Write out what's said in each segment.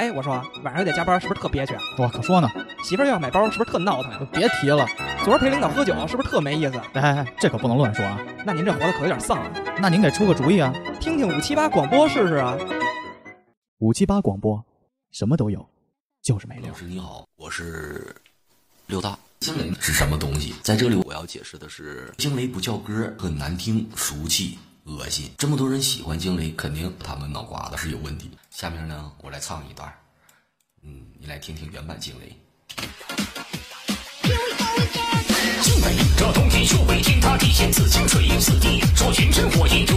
哎，我说晚上又得加班，是不是特憋屈？ 我可说呢， 媳妇儿又要买包，是不是特闹腾呀？ 别提了， 昨儿陪领导喝酒，是不是特没意思？ 哎，这可不能乱说啊。 那您这活的可有点丧啊。 那您给出个主意啊， 听听578广播试试啊。 578广播，什么都有，就是没溜。 老师你好，我是六大。惊雷是什么东西？在这里我要解释的是，惊雷不叫歌，很难听、俗气、恶心。这么多人喜欢惊雷，肯定他们脑瓜子是有问题。下面呢，我来唱一段，你来听听原版惊雷。惊雷，这冬天修为天塌地陷，自清水四地，说群真火焰就。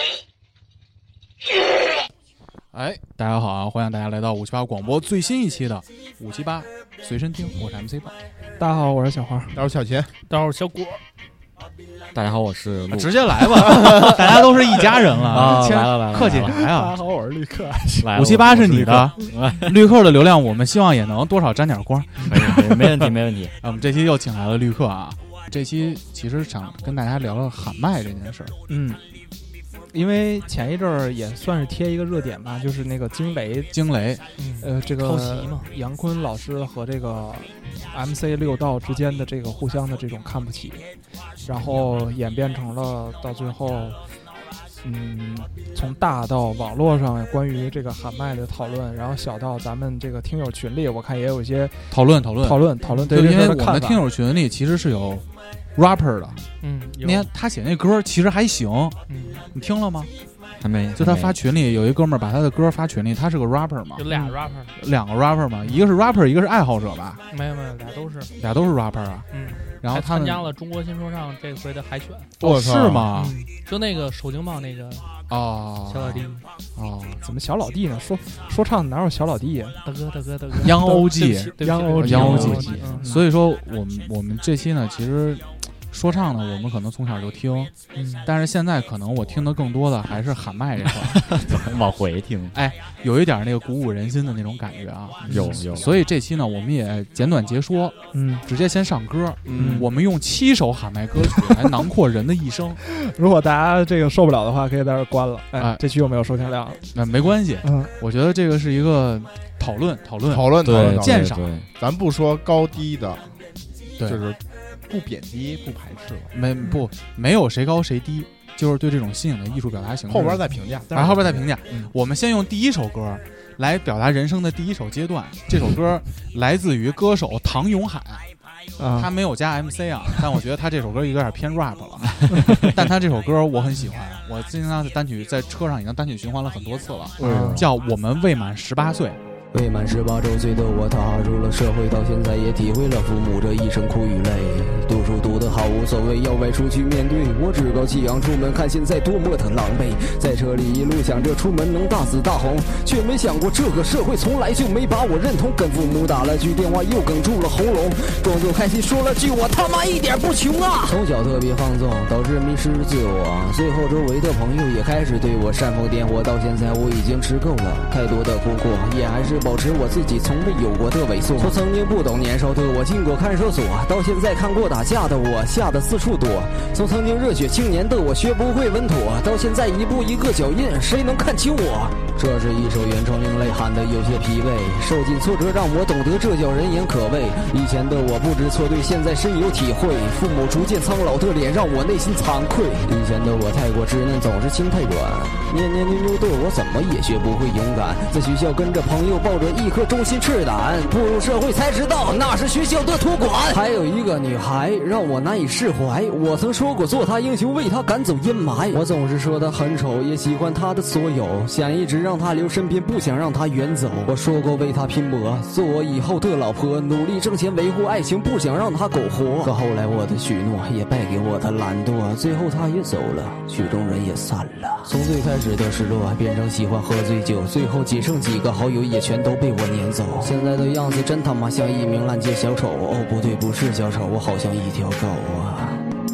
哎，大家好啊！欢迎大家来到578广播最新一期的578随身听，我是 MC 豹。 大家好，我是小花。 大家好，小钱。 大家好，小果。 大家好，我是直接来吧，大家都是一家人了啊！来了， 客气啥呀？ 大家好，我是绿客。 578是你的，绿客的流量我们希望也能多少沾点光。 没问题，没问题。 我们这期又请来了绿客啊！这期其实想跟大家聊聊喊麦这件事儿。 因为前一阵儿也算是贴一个热点吧，就是那个惊雷，这个杨坤老师和这个 MC 六道之间的这个互相的这种看不起，然后演变成了到最后，从大到网络上关于这个喊麦的讨论，然后小到咱们这个听友群里，我看也有一些讨论对， 因为我们的听友群里其实是有 rapper 的，你看他写那歌其实还行，你听了吗？ 还没， 就他发群里有一哥们儿把他的歌发群里，他是个 rapper 嘛， 有两个 rapper 嘛，一个是 rapper， 一个是爱好者吧？ 没有， 俩都是 rapper 啊。然后他参加了中国新说唱这回的海选。 是吗？ 就那个手惊棒那个小老弟怎么小老弟呢？说唱哪有小老弟呀？ 大哥央 OG， 所以说我们这期呢，其实说唱呢，我们可能从小就听，但是现在可能我听的更多的还是喊麦这块， 往回听， 哎，有一点那个鼓舞人心的那种感觉啊， 有。 所以这期呢，我们也简短截说，直接先上歌，我们用7首喊麦歌曲来囊括人的一生。 如果大家这个受不了的话，可以在这关了。这期又没有收听量， 那没关系。我觉得这个是一个讨论鉴赏， 咱不说高低的， 对， 就是不贬低不排斥， 没有谁高谁低，就是对这种新颖的艺术表达形式后边再评价， 后边再评价。我们先用第一首歌来表达人生的第一首阶段。这首歌来自于歌手唐永海，他没有加 MC 啊，但我觉得他这首歌有点偏 rap 了。但他这首歌我很喜欢，我经常在车上已经单曲循环了很多次了，叫《我们未满18岁》。 未满18周岁的我踏入了社会，到现在也体会了父母这一生苦与累。读书读得好无所谓，要外出去面对。我趾高气扬出门，看现在多么的狼狈。在车里一路想着出门能大紫大红，却没想过这个社会从来就没把我认同。跟父母打了句电话，又哽住了喉咙，装作开心说了句我他妈一点不穷啊。从小特别放纵，导致迷失自我，最后周围的朋友也开始对我煽风点火。到现在我已经吃够了太多的苦果，也还是保持我自己从未有过的猥琐。从曾经不懂年少的我进过看守所，到现在看过打架的我吓得四处躲。从曾经热血青年的我学不会稳妥，到现在一步一个脚印，谁能看清我？这是一首原创另类，喊得有些疲惫。受尽挫折让我懂得这叫人言可畏。以前的我不知错对，现在深有体会。父母逐渐苍老的脸让我内心惭愧。以前的我太过稚嫩，总是心太软，年年扭扭的我怎么也学不会勇敢。在学校跟着朋友抱着一颗忠心赤胆，步入社会才知道那是学校的托管。还有一个女孩让我难以释怀，我曾说过做她英雄，为她赶走阴霾。我总是说她很丑，也喜欢她的所有，想一直让她留身边，不想让她远走。我说过为她拼搏，做我以后的老婆，努力挣钱维护爱情，不想让她苟活。可后来我的许诺也败给我的懒惰，最后她也走了，曲终人也散了。从最开始的失落变成喜欢喝醉酒，最后仅剩几个好友也全都被我撵走。现在的样子真他妈像一名烂街小丑，哦不对，不是小丑，我好像一条狗啊。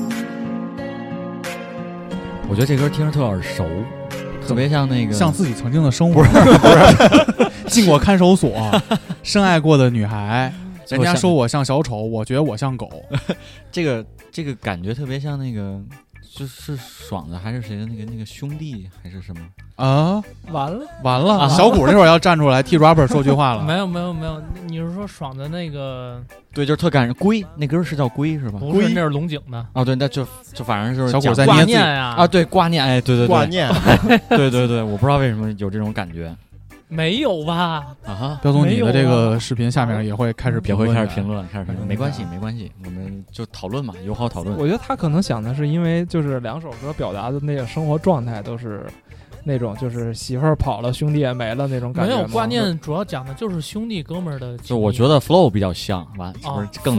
我觉得这歌听着特耳熟，特别像那个像自己曾经的生活，不是进过看守所，深爱过的女孩，人家说我像小丑，我觉得我像狗。 这个感觉特别像那个，就是爽子还是谁的那个兄弟还是什么啊， 完了， 小谷这会儿要站出来替 rapper 说句话了。 没有，你是说爽的那个？ 对，就是特感人。龟那歌是叫龟是吧？ 不是，那是龙井的。 哦，对，那就反正就是小谷在挂念呀啊，对，挂念，哎，对， 挂念， 对，我不知道为什么有这种感觉。 没有吧？ 啊， 彪总，你的这个视频下面也会开始评论， 没关系，我们就讨论嘛，友好讨论。 我觉得他可能想的是，因为就是2首歌表达的那个生活状态都是那种，就是媳妇儿跑了，兄弟也没了那种感觉。 没有挂念，主要讲的就是兄弟哥们儿的。 就我觉得 flow 比较像，完是不是更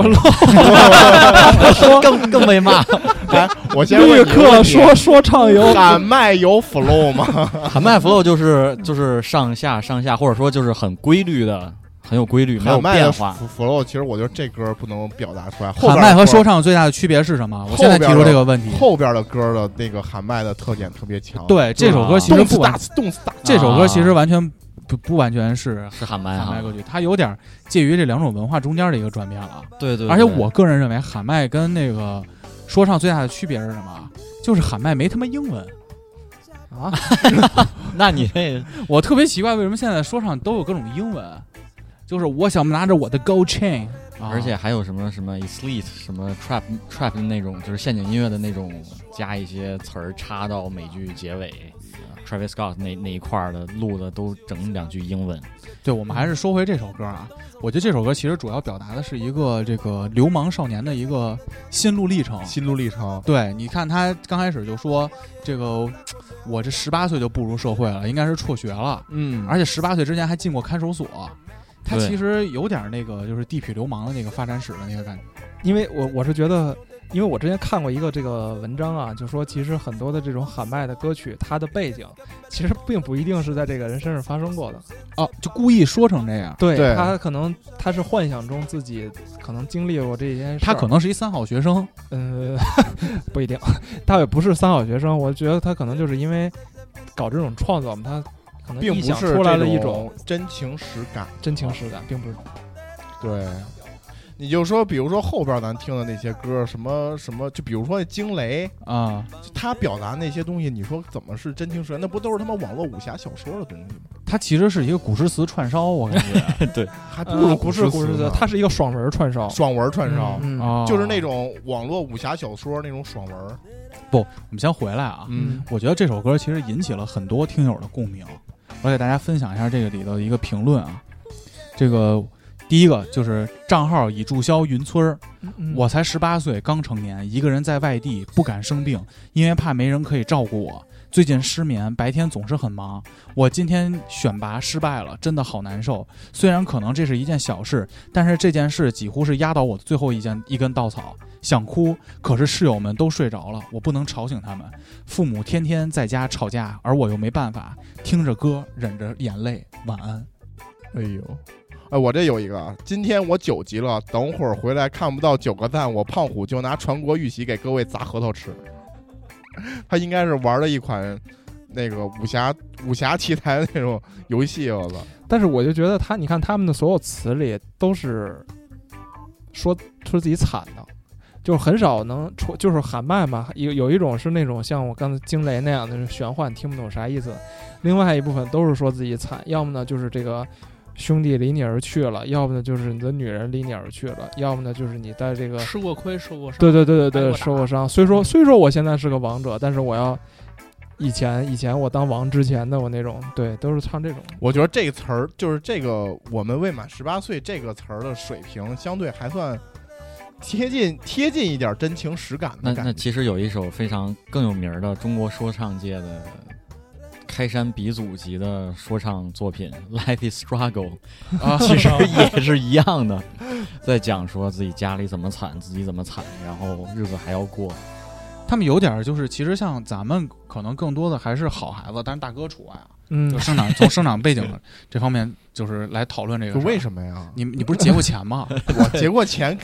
更被骂？ 我先问你，克说唱有喊麦有 flow 吗？ 喊麦 flow 就是上下，或者说就是很规律的，很有规律，没有变化。 flow 其实我觉得这歌不能表达出来。 喊麦和说唱最大的区别是什么？我现在提出这个问题。 后边的歌的那个喊麦的特点特别强。 对，这首歌其实不完，这首歌其实完全不完全是喊麦歌曲，它有点介于这2种文化中间的一个转变了。 对， 而且我个人认为喊麦跟那个说唱最大的区别是什么？就是喊麦没他妈英文啊！ 那你这我特别奇怪，为什么现在说唱都有各种英文？就是我想拿着我的 gold chain， 而且还有什么 elite 什么 trap 的那种，就是陷阱音乐的那种，加一些词儿插到每句结尾。Travis Scott 那一块的录的都整2句英文。 对，我们还是说回这首歌啊。我觉得这首歌其实主要表达的是一个这个流氓少年的一个心路历程。对，你看他刚开始就说这个，我这18岁就步入社会了，应该是辍学了。而且18岁之前还进过看守所。他其实有点那个就是地痞流氓的那个发展史的那个感觉。 因为我是觉得。因为我之前看过一个这个文章啊，就说其实很多的这种喊麦的歌曲，它的背景其实并不一定是在这个人身上发生过的就故意说成这样。 对，他可能他是幻想中自己可能经历过这件事， 他可能是一3好学生， 不一定，他也不是3好学生，我觉得他可能就是因为搞这种创作嘛，他可能臆想出来了一种真情实感， 并不是对。你就说，比如说后边咱听的那些歌，什么，就比如说惊雷啊， 他表达那些东西，你说怎么是真情实感？那不都是他妈网络武侠小说的东西吗？ 它其实是一个古诗词串烧，我感觉。 对， 还不是古诗词，它是一个爽文串烧。 就是那种网络武侠小说那种爽文。 不，我们先回来啊。我觉得这首歌其实引起了很多听友的共鸣，我给大家分享一下这个里头的一个评论啊。这个。第一个就是账号已注销云村我才18岁刚成年，一个人在外地不敢生病，因为怕没人可以照顾我，最近失眠，白天总是很忙，我今天选拔失败了，真的好难受，虽然可能这是一件小事，但是这件事几乎是压倒我的最后一根稻草，想哭，可是室友们都睡着了，我不能吵醒他们，父母天天在家吵架，而我又没办法，听着歌忍着眼泪，晚安。 哎呦，我这有一个，今天我9级了，等会儿回来看不到9个赞，我胖虎就拿传国玉玺给各位砸核桃吃。他应该是玩了一款那个武侠题材的那种游戏，我操！ 但是我就觉得你看他们的所有词里都是说自己惨的，就很少能就是喊麦嘛。有一种是那种像我刚才惊雷那样的玄幻，听不懂啥意思。另外一部分都是说自己惨，要么呢就是这个。兄弟离你而去了，要不呢就是你的女人离你而去了，要不呢就是你在这个吃过亏受过伤。 对，受过伤。虽说我现在是个王者，但是我要以前我当王之前的我那种，对，都是唱这种。 我觉得这个词儿就是这个我们未满18岁这个词儿的水平相对还算贴近一点真情实感的感觉。 那其实有一首非常更有名的中国说唱界的开山鼻祖级的说唱作品《Life is Struggle》其实也是一样的，在讲说自己家里怎么惨，自己怎么惨，然后日子还要过。 他们有点就是，其实像咱们可能更多的还是好孩子，但是大哥除外啊。就从生长背景这方面，就是来讨论这个。 为什么呀？ 你不是结过钱吗？ 我结过钱。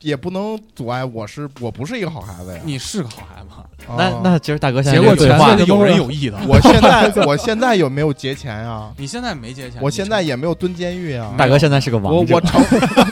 也不能阻碍我不是一个好孩子呀。 你是个好孩子。 那其实大哥现在结过钱有人有意的。 我现在有没有劫钱呀？ 你现在没劫钱， 我现在也没有蹲监狱啊。 大哥现在是个王者， 我成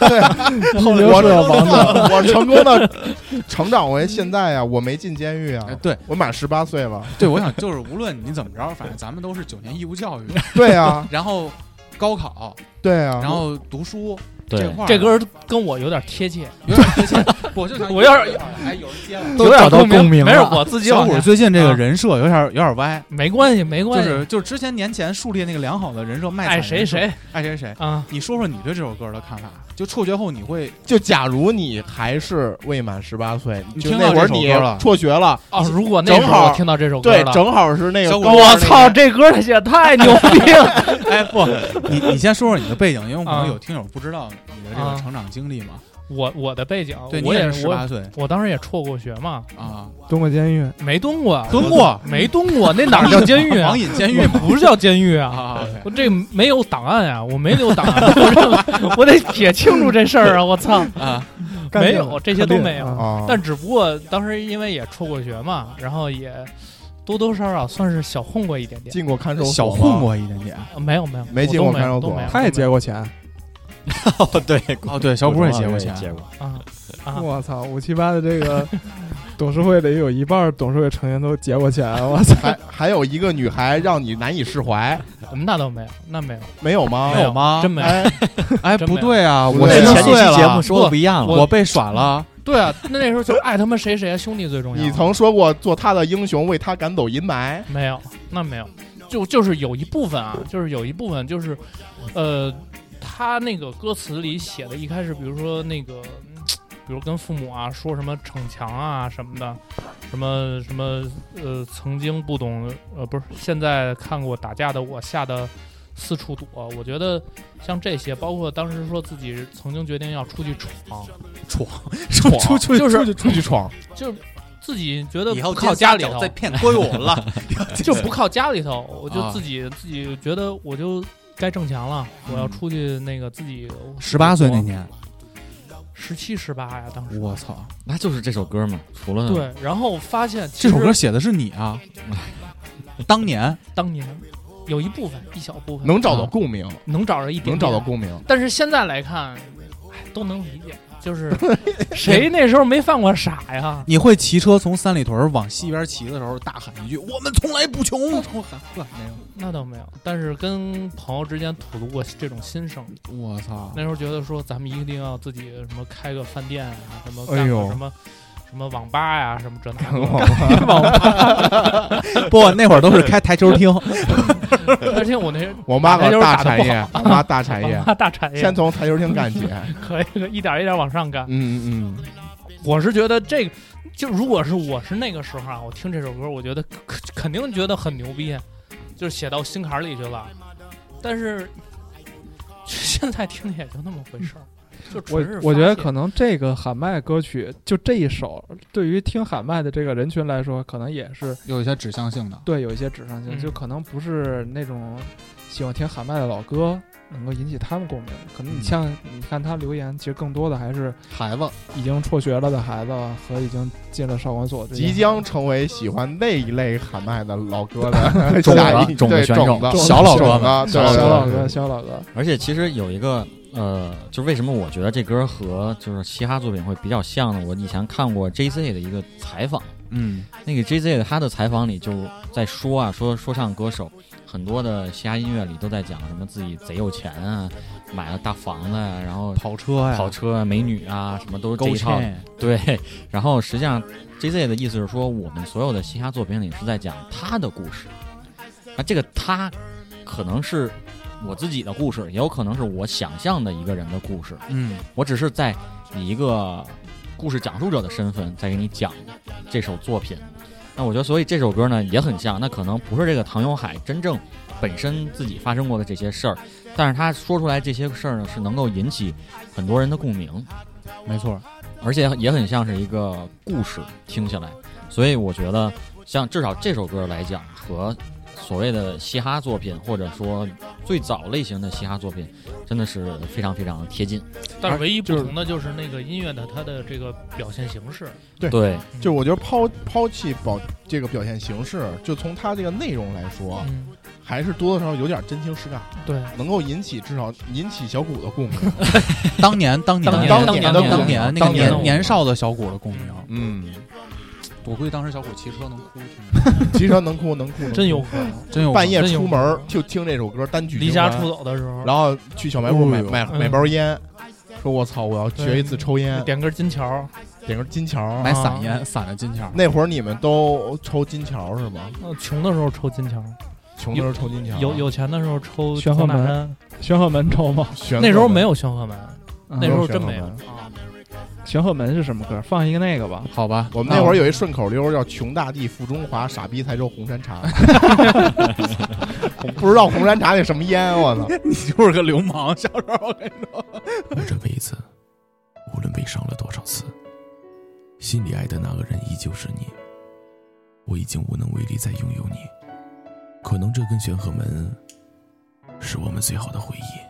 功的成长为现在呀，我没进监狱啊。 对， 我满18岁了。 对，我想就是无论你怎么着，反正咱们都是9年义务教育。 对啊， 然后高考， 对啊， 然后读书。 这歌跟我有点贴切， 有点贴切。我就想， 我要是哎，有人接了， 都找到共鸣了。 没事，我自己小虎最近这个人设有点歪， 没关系，没关系。就是之前年前树立那个良好的人设，爱谁谁啊！你说说你对这首歌的看法？就辍学后你会就假如你还是未满18岁， 你听到这首歌了， 辍学了啊！如果那时候我听到这首歌了， 对，正好是那个， 我操，这歌也太牛逼了！ 哎，不，你先说说你的背景，因为可能有听友不知道你的这个成长经历嘛。 我的背景， 对，我也是18岁， 我当时也辍过学嘛， 啊， 蹲过监狱， 没蹲过，没蹲过，那哪叫监狱啊？ 网瘾监狱不是叫监狱啊！我这没有档案啊，我没留档案，我得撇清楚这事儿啊！我操啊， 没有，这些都没有，但只不过当时因为也辍过学嘛，然后也多多少少算是小混过一点点， 进过看守所， 小混过一点点， 没有， 没进过看守所， 他也接过钱。 对，小虎也接过钱， 我操，578的这个董事会里有一半董事会成员都结过钱，我操！ 还有一个女孩让你难以释怀， 那倒没有， 没有吗？ 没有吗？ 真没有。 哎，不对啊， 我前几期节目说的不一样了， 我被耍了。 对啊，那时候就爱他妈谁兄弟最重要。 你曾说过做他的英雄，为他赶走阴霾？ 没有，那没有，就是有一部分啊，就是，他那个歌词里写的，一开始比如说那个，比如跟父母啊说什么逞强啊什么的，什么曾经不懂不是现在看过打架的我吓得四处躲。我觉得像这些，包括当时说自己曾经决定要出去闯，就是出去闯， 就是自己觉得以后不靠家里头再骗归我了， 就不靠家里头，我就自己觉得我就该挣钱了，我要出去那个自己。 18岁那年 ，17、18呀，当时。 我操， 那就是这首歌嘛，除了对，然后发现这首歌写的是你啊，当年有一小部分能找到共鸣， 能找着一点， 能找到共鸣。 但是现在来看，都能理解。就是谁那时候没犯过傻呀？ 你会骑车从三里屯往西边骑的时候大喊一句“我们从来不穷”， 那倒没有。但是跟朋友之间吐露过这种心声。 我操！ 那时候觉得说咱们一定要自己什么开个饭店啊，什么干个什么网吧呀，什么这那网吧。不，那会儿都是开台球厅。 而且我妈个大产业，我妈大产业，先从台球厅干起， 可以一点一点往上干。 我是觉得这个，就如果是我是那个时候啊，我听这首歌，我觉得肯定觉得很牛逼，就是写到心坎里去了。但是现在听也就那么回事儿。 我觉得可能这个喊麦歌曲就这一首，对于听喊麦的这个人群来说，可能也是有一些指向性的。 对，有一些指向性，就可能不是那种喜欢听喊麦的老歌能够引起他们共鸣。可能你看他留言，其实更多的还是孩子， 已经辍学了的孩子和已经进了少管所， 即将成为喜欢那一类喊麦的老歌的种子选手， 小老哥， 小老哥。 而且其实有一个。就为什么我觉得这歌和就是嘻哈作品会比较像呢？我以前看过 JZ 的一个采访，那个 JZ 的他的采访里就在说说唱歌手很多的嘻哈音乐里都在讲什么自己贼有钱啊，买了大房子啊，然后跑车、 美女啊，什么都是这一套。对，然后实际上 JZ 的意思是说，我们所有的嘻哈作品里是在讲他的故事，那这个他可能是我自己的故事，也有可能是我想象的一个人的故事。我只是在以一个故事讲述者的身份在给你讲这首作品。那我觉得，所以这首歌呢也很像，那可能不是这个唐永海真正本身自己发生过的这些事儿，但是他说出来这些事儿呢，是能够引起很多人的共鸣。 没错， 而且也很像是一个故事，听起来。所以我觉得，像至少这首歌来讲，和所谓的嘻哈作品或者说最早类型的嘻哈作品，真的是非常非常贴近。 但是唯一不同的就是那个音乐的它的这个表现形式。 对，就我觉得抛弃这个表现形式，就从它这个内容来说，还是多多少少有点真情实感。 对， 能够至少引起小谷的共鸣。 当年那个年少的小谷的共鸣。我估计当时小谷骑车能哭， 骑车能哭， 真有可能， 真有半夜出门就听这首歌，单曲离家出走的时候， 然后去小卖部买包烟，说我操，我要学一次抽烟， 点根金条， 买散烟，散的金条。 那会儿你们都抽金条是吗？ 穷的时候抽金条，有钱的时候抽玄鹤门，玄鹤门抽吗？ 那时候没有玄鹤门，那时候真没有啊。 玄鹤门是什么歌？放一个那个吧， 好吧。 我们那会儿有一顺口溜叫穷大地富中华，傻逼才抽红山茶。我不知道红山茶那什么烟，我操！ 你就是个流氓，小时候我跟你说。 我这辈子无论悲伤了多少次，心里爱的那个人依旧是你，我已经无能为力再拥有你。可能这根玄鹤门是我们最好的回忆。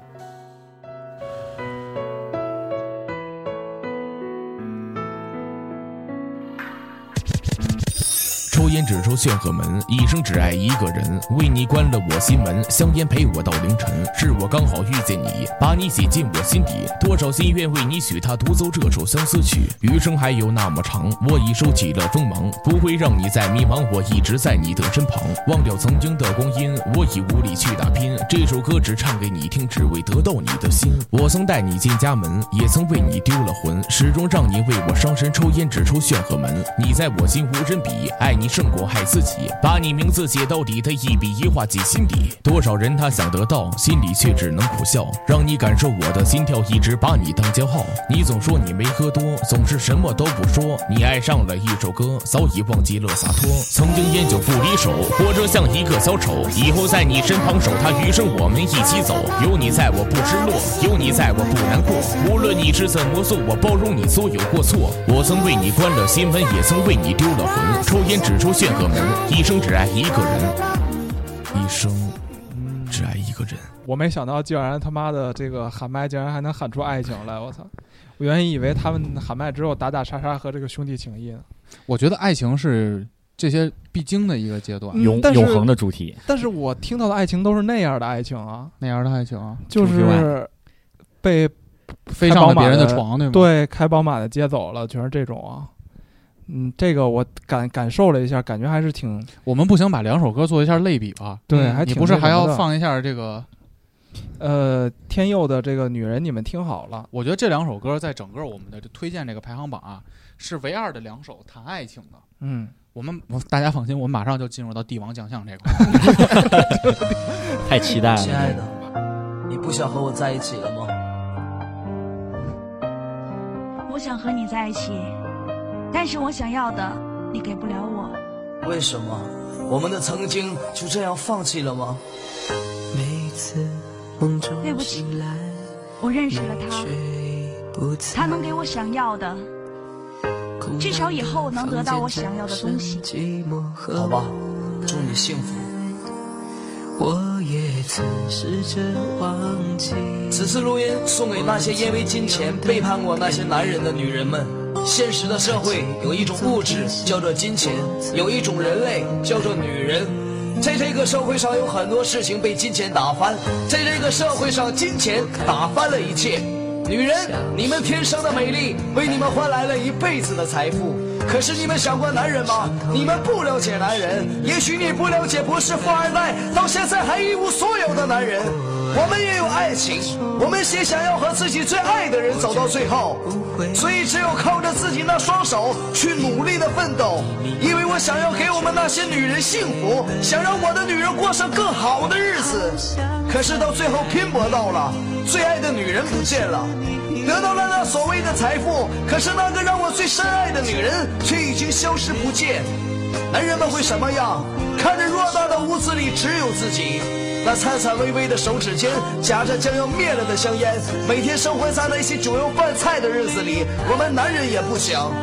抽烟只抽玄鹤门，一生只爱一个人，为你关了我心门，香烟陪我到凌晨，是我刚好遇见你，把你写进我心底，多少心愿为你许，他独奏这首相思曲，余生还有那么长，我已收起了锋芒，不会让你再迷茫，我一直在你的身旁，忘掉曾经的光阴，我已无力去打拼，这首歌只唱给你听，只为得到你的心，我曾带你进家门，也曾为你丢了魂，始终让你为我伤神，抽烟只抽玄鹤门，你在我心无人比，爱你胜过害自己，把你名字写到底，他一笔一画记心底，多少人他想得到，心里却只能苦笑，让你感受我的心跳，一直把你当骄傲，你总说你没喝多，总是什么都不说，你爱上了一首歌，早已忘记了洒脱，曾经烟酒不离手，活着像一个小丑，以后在你身旁守他余生，我们一起走，有你在我不失落，有你在我不难过，无论你是怎么做，我包容你所有过错，我曾为你关了心门，也曾为你丢了魂，抽烟只抽玄鹤门，一生只爱一个人，一生只爱一个人。 我没想到竟然他妈的这个喊麦竟然还能喊出爱情来，我操！我原以为他们喊麦只有打打杀杀和这个兄弟情谊呢。 我觉得爱情是这些必经的一个阶段， 永恒的主题。 但是我听到的爱情都是那样的爱情啊， 那样的爱情啊， 就是被飞上了别人的床，对吗？ 对，开宝马的接走了，全是这种啊。这个我感受了一下，感觉还是挺。 我们不想把两首歌做一下类比吧？ 对，还挺。 你不是还要放一下这个？ 天佑的这个女人，你们听好了。 我觉得这两首歌在整个我们的推荐这个排行榜啊，是唯二的两首谈爱情的。大家放心，我们马上就进入到帝王将相这块。 太期待了， 亲爱的，你不想和我在一起了吗？ 我想和你在一起，但是我想要的你给不了我。 为什么？我们的曾经就这样放弃了吗？ 对不起，我认识了他，他能给我想要的，至少以后能得到我想要的东西。 好吧，祝你幸福。 我也曾试着忘记。 此次录音送给那些因为金钱背叛过那些男人的女人们。现实的社会有一种物质叫做金钱，有一种人类叫做女人。在这个社会上有很多事情被金钱打翻，在这个社会上金钱打翻了一切。女人，你们天生的美丽为你们换来了一辈子的财富，可是你们想过男人吗？你们不了解男人，也许你不了解不是富二代到现在还一无所有的男人。我们也有爱情，我们也想要和自己最爱的人走到最后，所以只有靠着自己那双手去努力的奋斗。因为我想要给我们那些女人幸福，想让我的女人过上更好的日子，可是到最后拼搏到了，最爱的女人不见了，得到了那所谓的财富，可是那个让我最深爱的女人却已经消失不见。男人们会什么样？看着偌大的屋子里只有自己，那颤颤巍巍的手指间夹着将要灭了的香烟，每天生活在那些酒肉饭菜的日子里，我们男人也不想。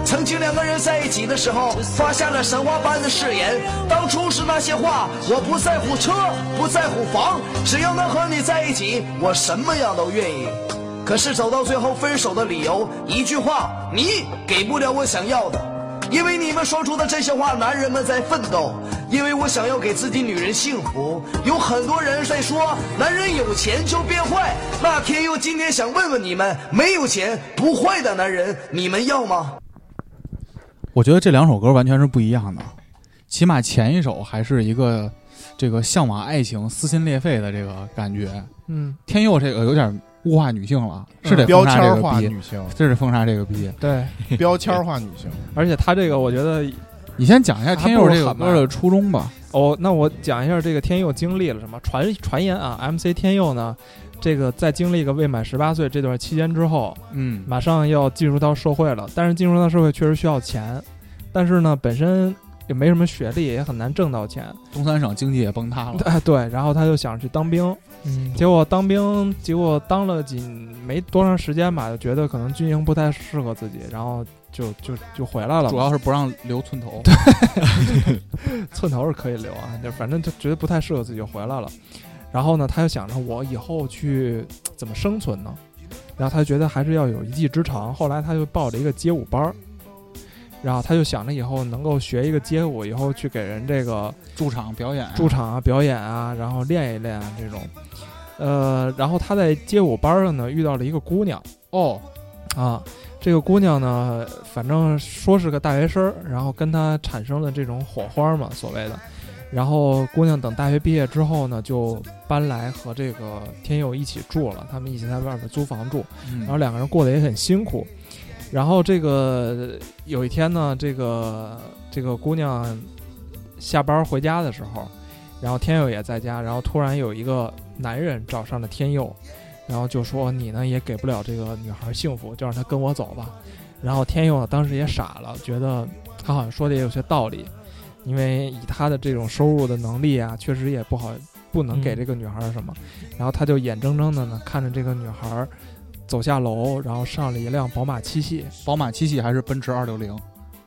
曾经2个人在一起的时候，发下了神话般的誓言。当初是那些话，我不在乎车，不在乎房，只要能和你在一起，我什么样都愿意。可是走到最后分手的理由，一句话，你给不了我想要的。因为你们说出的这些话，男人们在奋斗。因为我想要给自己女人幸福。有很多人在说男人有钱就变坏，那天佑今天想问问你们，没有钱不坏的男人你们要吗？ 我觉得这2首歌完全是不一样的，起码前一首还是一个这个向往爱情撕心裂肺的这个感觉。天佑这个有点物化女性了，是得标签化女性， 这是封杀这个逼。 对， 标签化女性。 而且他这个我觉得你先讲一下天佑这个歌的初衷吧。 那我讲一下这个天佑经历了什么。传言啊 ，MC 天佑呢，这个在经历一个未满18岁这段期间之后，马上要进入到社会了。但是进入到社会确实需要钱，但是呢，本身也没什么学历，也很难挣到钱。 东三省经济也崩塌了。 对，然后他就想去当兵，结果当了没多长时间吧，就觉得可能军营不太适合自己，然后就回来了。 主要是不让留寸头， 对，寸头是可以留啊，反正就觉得不太适合自己，就回来了。然后呢，他就想着我以后去怎么生存呢？然后他就觉得还是要有一技之长。后来他就报了一个街舞班，然后他就想着以后能够学一个街舞，以后去给人这个驻场表演啊，然后练一练啊这种。然后他在街舞班上呢遇到了一个姑娘。这个姑娘呢，反正说是个大学生，然后跟他产生了这种火花嘛，所谓的。然后姑娘等大学毕业之后呢，就搬来和这个天佑一起住了，他们一起在外面租房住，然后2个人过得也很辛苦。然后这个有一天呢，这个姑娘下班回家的时候，然后天佑也在家，然后突然有一个男人找上了天佑，然后就说你呢也给不了这个女孩幸福，就让她跟我走吧。然后天佑呢当时也傻了，觉得他好像说的也有些道理，因为以他的这种收入的能力啊，确实也不能给这个女孩什么。然后他就眼睁睁的呢看着这个女孩走下楼，然后上了一辆宝马七系。 宝马七系还是奔驰260？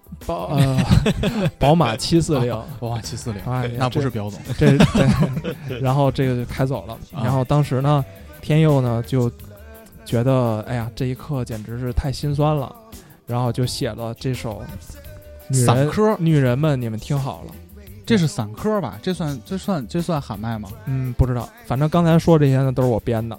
宝马740， 宝马740，那不是标总。 对，然后这个就开走了。然后当时呢，天佑呢就觉得，哎呀，这一刻简直是太心酸了，然后就写了这首散歌。 女人们，你们听好了。 这是散歌吧？这算喊麦吗？ 不知道，反正刚才说这些呢都是我编的，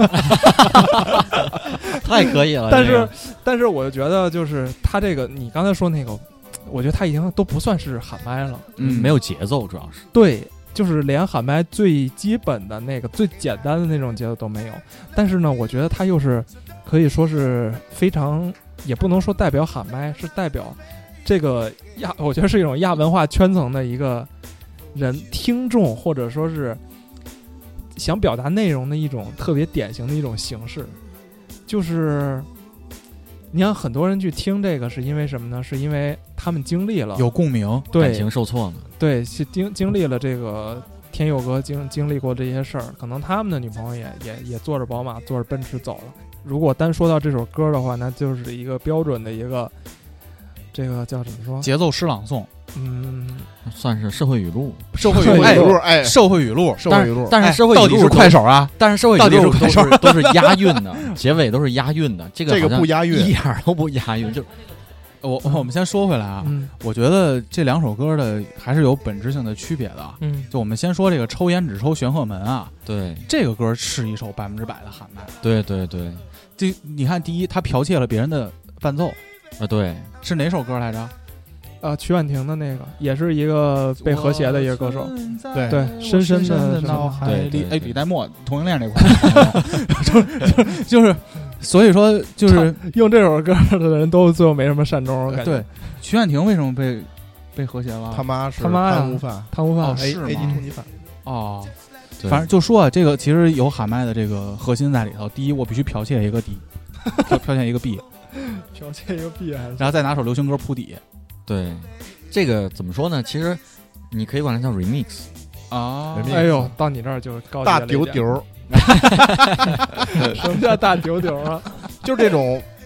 太可以了。 但是我就觉得，就是他这个你刚才说那个，我觉得他已经都不算是喊麦了， 没有节奏，主要是对，就是连喊麦最基本的那个最简单的那种节奏都没有。但是呢，我觉得他又是可以说是非常，也不能说代表喊麦，是代表这个我觉得是一种亚文化圈层的一个人听众，或者说是想表达内容的一种特别典型的一种形式。就是你看很多人去听这个是因为什么呢？是因为他们经历了有共鸣， 对， 感情受挫了， 对，经历了这个天佑哥经历过这些事儿，可能他们的女朋友也坐着宝马坐着奔驰走了。如果单说到这首歌的话，那就是一个标准的一个这个叫怎么说？ 节奏诗朗诵， 算是社会语录， 社会语录。 但是社会语录到底是快手啊？ 但是社会语录都是押韵的，结尾都是押韵的。这个不押韵， 一点都不押韵。就我们先说回来啊，我觉得这2首歌的还是有本质性的区别的。就我们先说这个抽烟只抽玄鹤门啊， 对， 这个歌是一首100%的喊麦。 对， 这你看，第一，他剽窃了别人的伴奏啊，对， 是哪首歌来着？ 曲婉婷的那个，也是一个被和谐的一个歌手，对，深深的脑海里。哎，李代沫同性恋这块，就是，所以说就是用这首歌的人都最后没什么善终，感觉。 对，曲婉婷为什么被和谐了？ 他妈是贪污犯 ，A 级通缉犯。 哦，反正就说啊，这个其实有喊麦的这个核心在里头。第一，我必须剽窃一个 D， 剽窃一个 B， 剽窃一个 B， 然后再拿首流行歌铺底。 对，这个怎么说呢？其实你可以管它叫 remix 啊。 哎呦，到你这儿就高级了大丢丢。 什么叫大丢丢啊？ 就是这种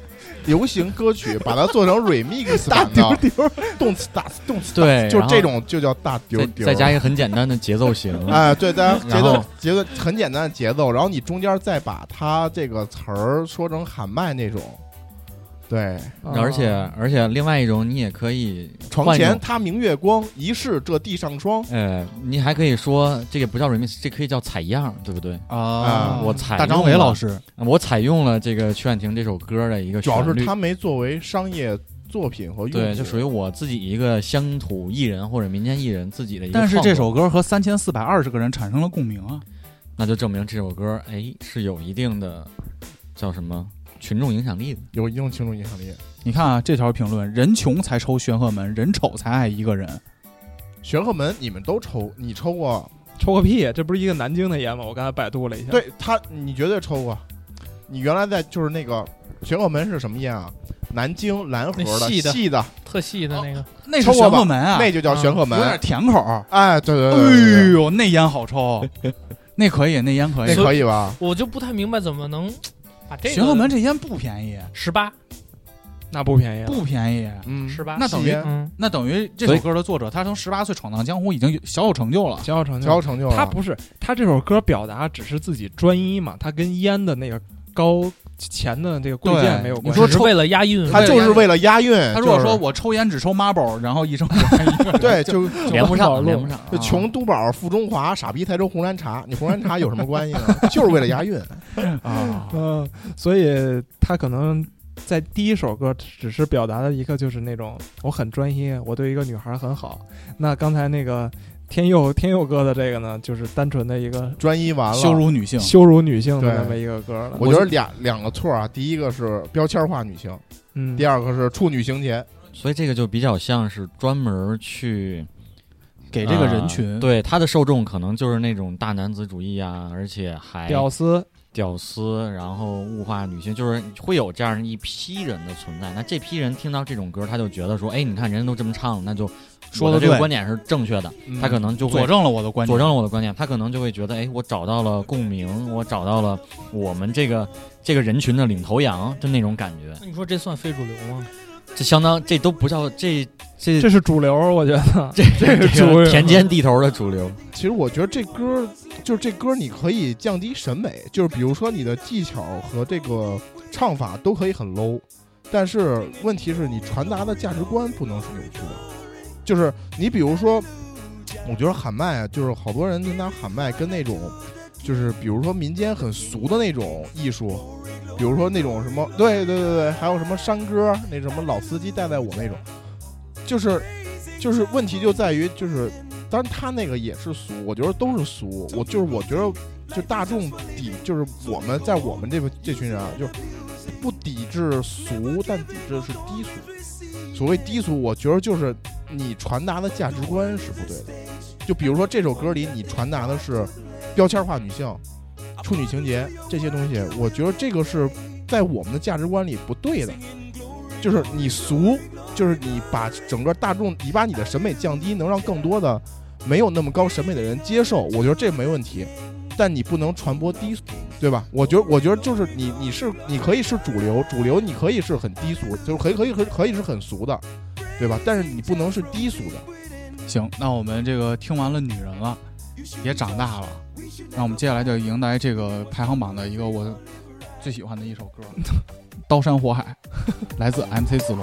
流行歌曲，把它做成 remix 版的，动词打动词， 对， 就这种就叫大丢丢， 再加一个很简单的节奏型， 哎，对，再节奏很简单的节奏，然后你中间再把它这个词儿说成喊麦那种。对， 而且另外一种你也可以床前他明月光，疑是这地上霜。 你还可以说这个不叫 remix， 这可以叫采样，对不对啊？ 我采大张伟老师， 我采用了这个曲婉婷这首歌的一个旋律， 主要是他没作为商业作品和用， 对，就属于我自己一个乡土艺人或者民间艺人自己的一个。 但是这首歌和3420个人产生了共鸣啊， 那就证明这首歌是有一定的叫什么？群众影响力的， 有一定群众影响力。 你看啊，这条评论：人穷才抽玄鹤门，人丑才爱一个人。 玄鹤门你们都抽，你抽过？ 抽个屁！这不是一个南京的烟吗？我刚才百度了一下， 对他，你绝对抽过。你原来在就是那个玄鹤门是什么烟啊？南京蓝盒的细的特细的那个， 那是玄鹤门啊， 那就叫玄鹤门， 有点甜口。 哎，对， 哎呦，那烟好抽，那可以，那烟可以， 那可以吧？ 我就不太明白怎么能。 玄鹤门这烟不便宜 ，18， 那不便宜， 不便宜 ，18， 那等于这首歌的作者他从18岁闯荡江湖已经小有成就了， 小有成就了。 他不是，他这首歌表达只是自己专一嘛，他跟烟的那个高钱的这个贵贱没有关系。 你说是为了押韵， 他就是为了押韵。 他如果说我抽烟只抽 marble， 然后一生只干一个， 对，就连不上。 就穷都宝富中华，傻逼才抽红蓝茶。你红蓝茶有什么关系呢？就是为了押韵啊。所以他可能在第一首歌只是表达的一个就是那种我很专一，我对一个女孩很好。那刚才那个天佑哥的这个呢，就是单纯的一个专一完了羞辱女性的那么一个歌了。 我觉得两个错啊，第一个是标签化女性，第二个是处女情节， 所以这个就比较像是专门去给这个人群， 对他的受众可能就是那种大男子主义啊，而且还屌丝，然后物化女性，就是会有这样一批人的存在。那这批人听到这种歌，他就觉得说，你看人家都这么唱了，那就说的这个观点是正确的，他可能就会佐证了我的观点， 他可能就会觉得，我找到了共鸣，我找到了我们这个人群的领头羊，就那种感觉。 那你说这算非主流吗？ 这相当，这都不叫这是主流，我觉得这是主流，田间地头的主流。 其实我觉得这歌你可以降低审美，就是比如说你的技巧和这个唱法都可以很 low， 但是问题是你传达的价值观不能是扭曲的。就是你比如说，我觉得喊麦啊，就是好多人就拿喊麦跟那种，就是比如说民间很俗的那种艺术。比如说那种什么，对，还有什么山歌，那什么老司机带我那种，就是问题就在于，就是当然他那个也是俗，我觉得都是俗。我觉得就大众就是我们这群人啊，就不抵制俗，但抵制是低俗。所谓低俗，我觉得就是你传达的价值观是不对的。就比如说这首歌里，你传达的是标签化女性。处女情节这些东西，我觉得这个是在我们的价值观里不对的。就是你俗，就是你把整个大众，你把你的审美降低，能让更多的没有那么高审美的人接受，我觉得这没问题。但你不能传播低俗，对吧？我觉得就是你可以是主流你可以是很低俗，就是可以是很俗的，对吧？但是你不能是低俗的。 行，那我们这个听完了女人了，也长大了。那我们接下来就迎来这个排行榜的一个我最喜欢的一首歌《刀山火海》，来自 MC 子龙。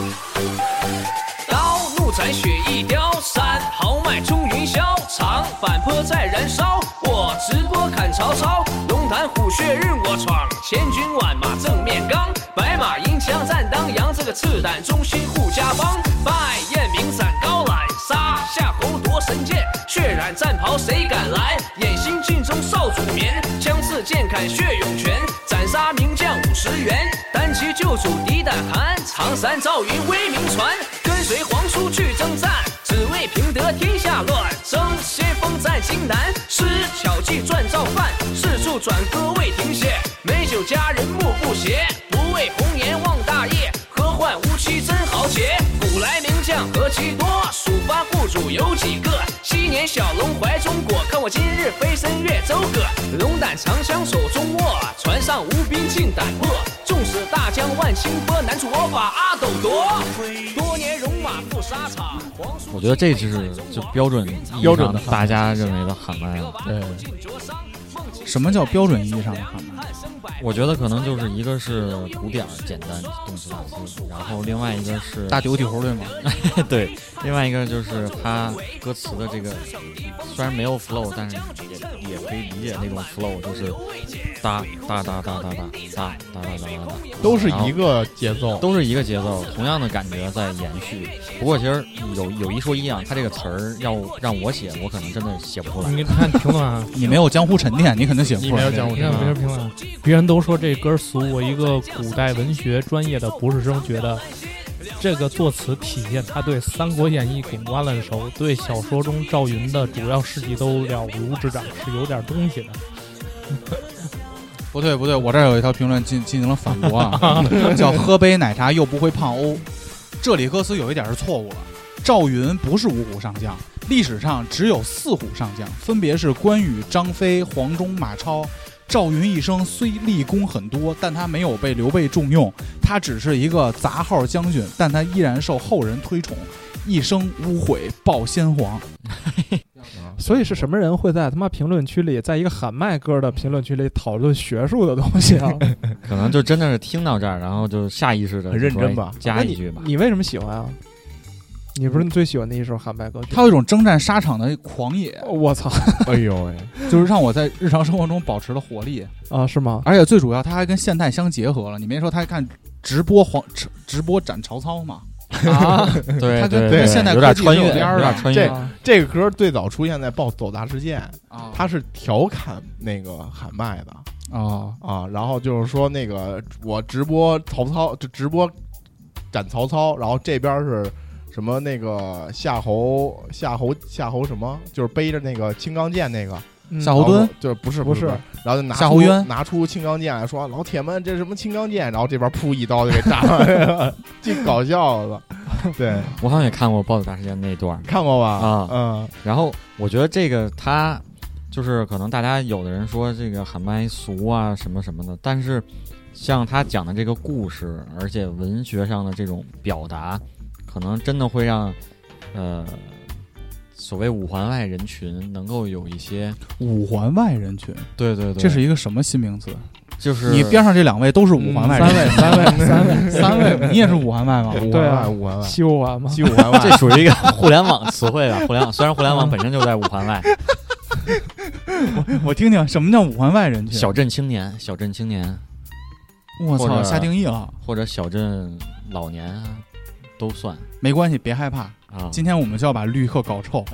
刀怒斩雪翼雕山，豪迈冲云霄，长坂坡在燃烧，我直播砍曹操，龙潭虎穴任我闯，千军万马正面刚，白马银枪战当阳，这个赤胆忠心护家帮，拜雁鸣斩高览，杀夏侯夺神剑，血染战袍谁敢来，眼心镜中少主眠，枪刺剑砍血涌泉，斩杀名将50员，单骑救主敌胆寒，常山赵云威名传，跟随皇叔去征战，只为平得天下乱，争先锋在荆南，施巧计赚造饭，四处转歌未停歇，美酒佳人目不斜，不为红颜忘大业，何患无妻真豪杰，古来名将何其多，数发户主有几个，昔年小龙怀中果，看我今日飞身越州阁，龙胆长枪手中握，船上无兵尽胆破， 纵使大江万顷波，难处我把阿斗夺。多年戎马赴沙场， 我觉得这就是就标准意义上的大家认为的喊麦了。 对，什么叫标准意义上的喊麦？ 我觉得可能就是一个是鼓点简单动词大词，然后另外一个是大丢丢对吗？ 对，另外一个就是它歌词的这个虽然没有 flow， 但是也可以理解那种 flow， 就是哒哒哒哒哒哒哒哒哒哒哒， 都是一个节奏， 都是一个节奏，同样的感觉在延续。不过其实有一说一啊，它这个词儿要让我写，我可能真的写不出来。 你看评论啊， 你没有江湖沉淀，你肯定写不出来。 你没有江湖沉淀。 别人评论，别人都说这歌俗，我一个古代文学专业的博士生觉得。这个作词体现他对《三国演义》滚瓜烂熟，对小说中赵云的主要事迹都了如指掌，是有点东西的。 不对，我这儿有一条评论进行了反驳啊，叫喝杯奶茶又不会胖欧。这里歌词有一点是错误了，赵云不是5虎上将，历史上只有4虎上将，分别是关羽、张飞、黄忠、马超。赵云一生虽立功很多，但他没有被刘备重用，他只是一个杂号将军，但他依然受后人推崇，一生污秽报先皇。 所以是什么人会在他妈评论区里，在一个喊麦歌的评论区里讨论学术的东西啊？ 可能就真的是听到这儿，然后就下意识的很认真吧， 加一句吧。 你为什么喜欢啊？你不是你最喜欢的一首喊麦歌曲？ 它有一种征战沙场的狂野。 我操！ 哎呦喂， 就是让我在日常生活中保持了活力啊？是吗？ 而且最主要，它还跟现代相结合了。你没说他看直播斩曹操吗？ 啊，对， 它跟现代科技有点穿越。 这个歌最早出现在《暴走大事件》啊，它是调侃那个喊麦的啊，然后就是说那个我直播曹操，就直播斩曹操，然后这边是。什么那个夏侯什么，就是背着那个青钢剑那个夏侯惇， 就是不是，然后就拿出青钢剑来说老铁们这是什么青钢剑，然后这边噗一刀就给炸了，挺搞笑了。对， 我好像也看过《暴走大事件》那一段， 看过吧？ 啊，然后我觉得这个他就是可能大家有的人说这个喊麦俗啊什么什么的，但是像他讲的这个故事，而且文学上的这种表达。可能真的会让，所谓五环外人群能够有一些五环外人群， 对， 这是一个什么新名词？ 就是你边上这2位都是五环外人群，三位，你也是五环外吗？ 对啊， 五环外， 西五环吗？ 西五环外， 这属于一个互联网词汇吧？虽然互联网本身就在五环外。 我听听什么叫五环外人群？ 小镇青年， 我操，下定义了， 或者小镇老年啊。都算没关系，别害怕啊！ 今天我们就要把绿客搞臭，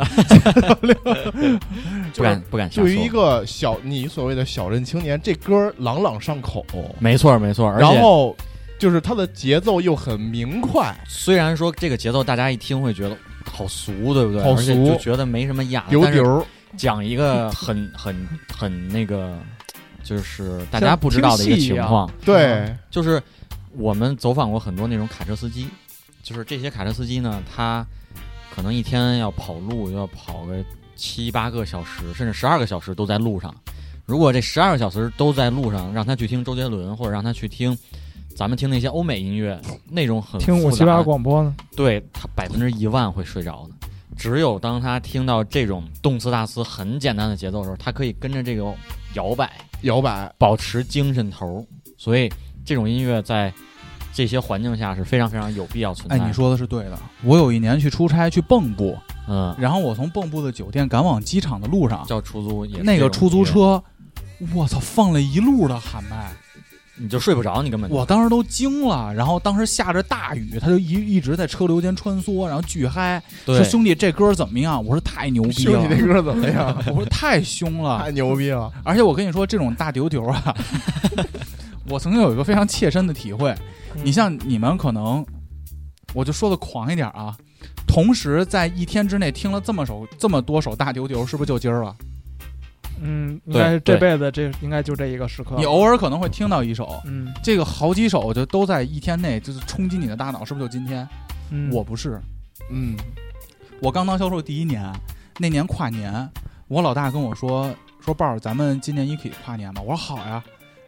不敢。 对于一个你所谓的小镇青年，这歌朗朗上口， 没错。 然后就是它的节奏又很明快。 虽然说这个节奏大家一听会觉得好俗，对不对？ 好俗， 而且就觉得没什么雅。 丢丢， 讲一个很那个，就是大家不知道的一个情况。 对， 就是我们走访过很多那种卡车司机。就是这些卡车司机呢，他可能一天要跑路，要跑个7、8个小时，甚至12个小时都在路上。如果这12个小时都在路上，让他去听周杰伦，或者让他去听咱们听那些欧美音乐，那种很听578广播呢， 对他100%会睡着的。只有当他听到这种动词大词很简单的节奏的时候，他可以跟着这个摇摆，保持精神头。所以这种音乐在这些环境下是非常非常有必要存在的。 哎，你说的是对的。我有一年去出差去蚌埠，然后我从蚌埠的酒店赶往机场的路上， 叫出租， 那个出租车，我操，放了一路的喊麦， 你就睡不着，你根本我当时都惊了。然后当时下着大雨，他就一直在车流间穿梭，然后巨嗨，说兄弟这歌怎么样？我说太牛逼了。 兄弟这歌怎么样？ 我说太凶了， 太牛逼了。 而且我跟你说，这种大丢丢啊。我曾经有一个非常切身的体会，你像你们可能，我就说的狂一点啊，同时在一天之内听了这么多首大丢丢，是不是就今儿了？ 应该这辈子这应该就这一个时刻。 你偶尔可能会听到一首，这个好几首就都在一天内就是冲击你的大脑，是不是就今天？我不是，我刚当销售第1年，那年跨年，我老大跟我说豹儿，咱们今年一起跨年吧。我说好呀。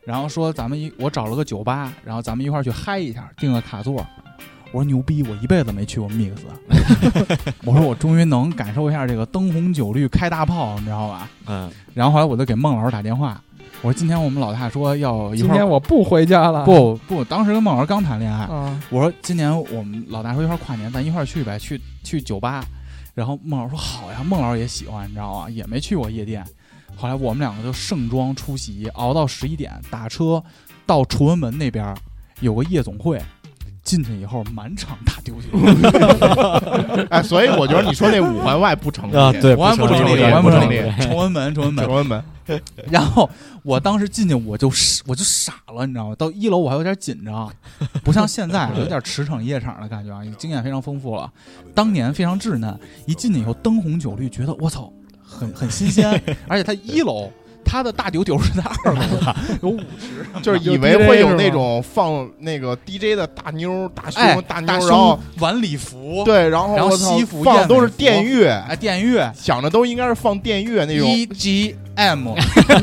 然后说我找了个酒吧，然后咱们一块儿去嗨一下，订个卡座。我说牛逼，我一辈子没去过 Mix， 我说我终于能感受一下这个灯红酒绿开大炮，你知道吧？然后后来我就给孟老师打电话，我说今天我们老大说要一块儿， 今天我不回家了。 不，当时跟孟老师刚谈恋爱，我说今年我们老大说一块儿跨年，咱一块儿去呗，去酒吧。然后孟老师说好呀，孟老师也喜欢，你知道吗？也没去过夜店。后来我们两个就盛装出席，熬到11点，打车到崇文门那边有个夜总会。进去以后满场大丢酒， 哎，所以我觉得你说那5环外不成立啊，对， 5环不成立，崇文门。然后我当时进去我就傻了，你知道吗？到1楼我还有点紧张，不像现在有点驰骋夜场的感觉啊，经验非常丰富了。当年非常稚嫩，一进去以后灯红酒绿，觉得我操，很新鲜，而且它1楼。他的大丢丢是在2楼的，有50， 就是以为会有那种放那个 DJ 的大妞、大胸、大妞，然后晚礼服， 对，然后西服放都是电乐， 电乐， 想着都应该是放电乐那种 EGM，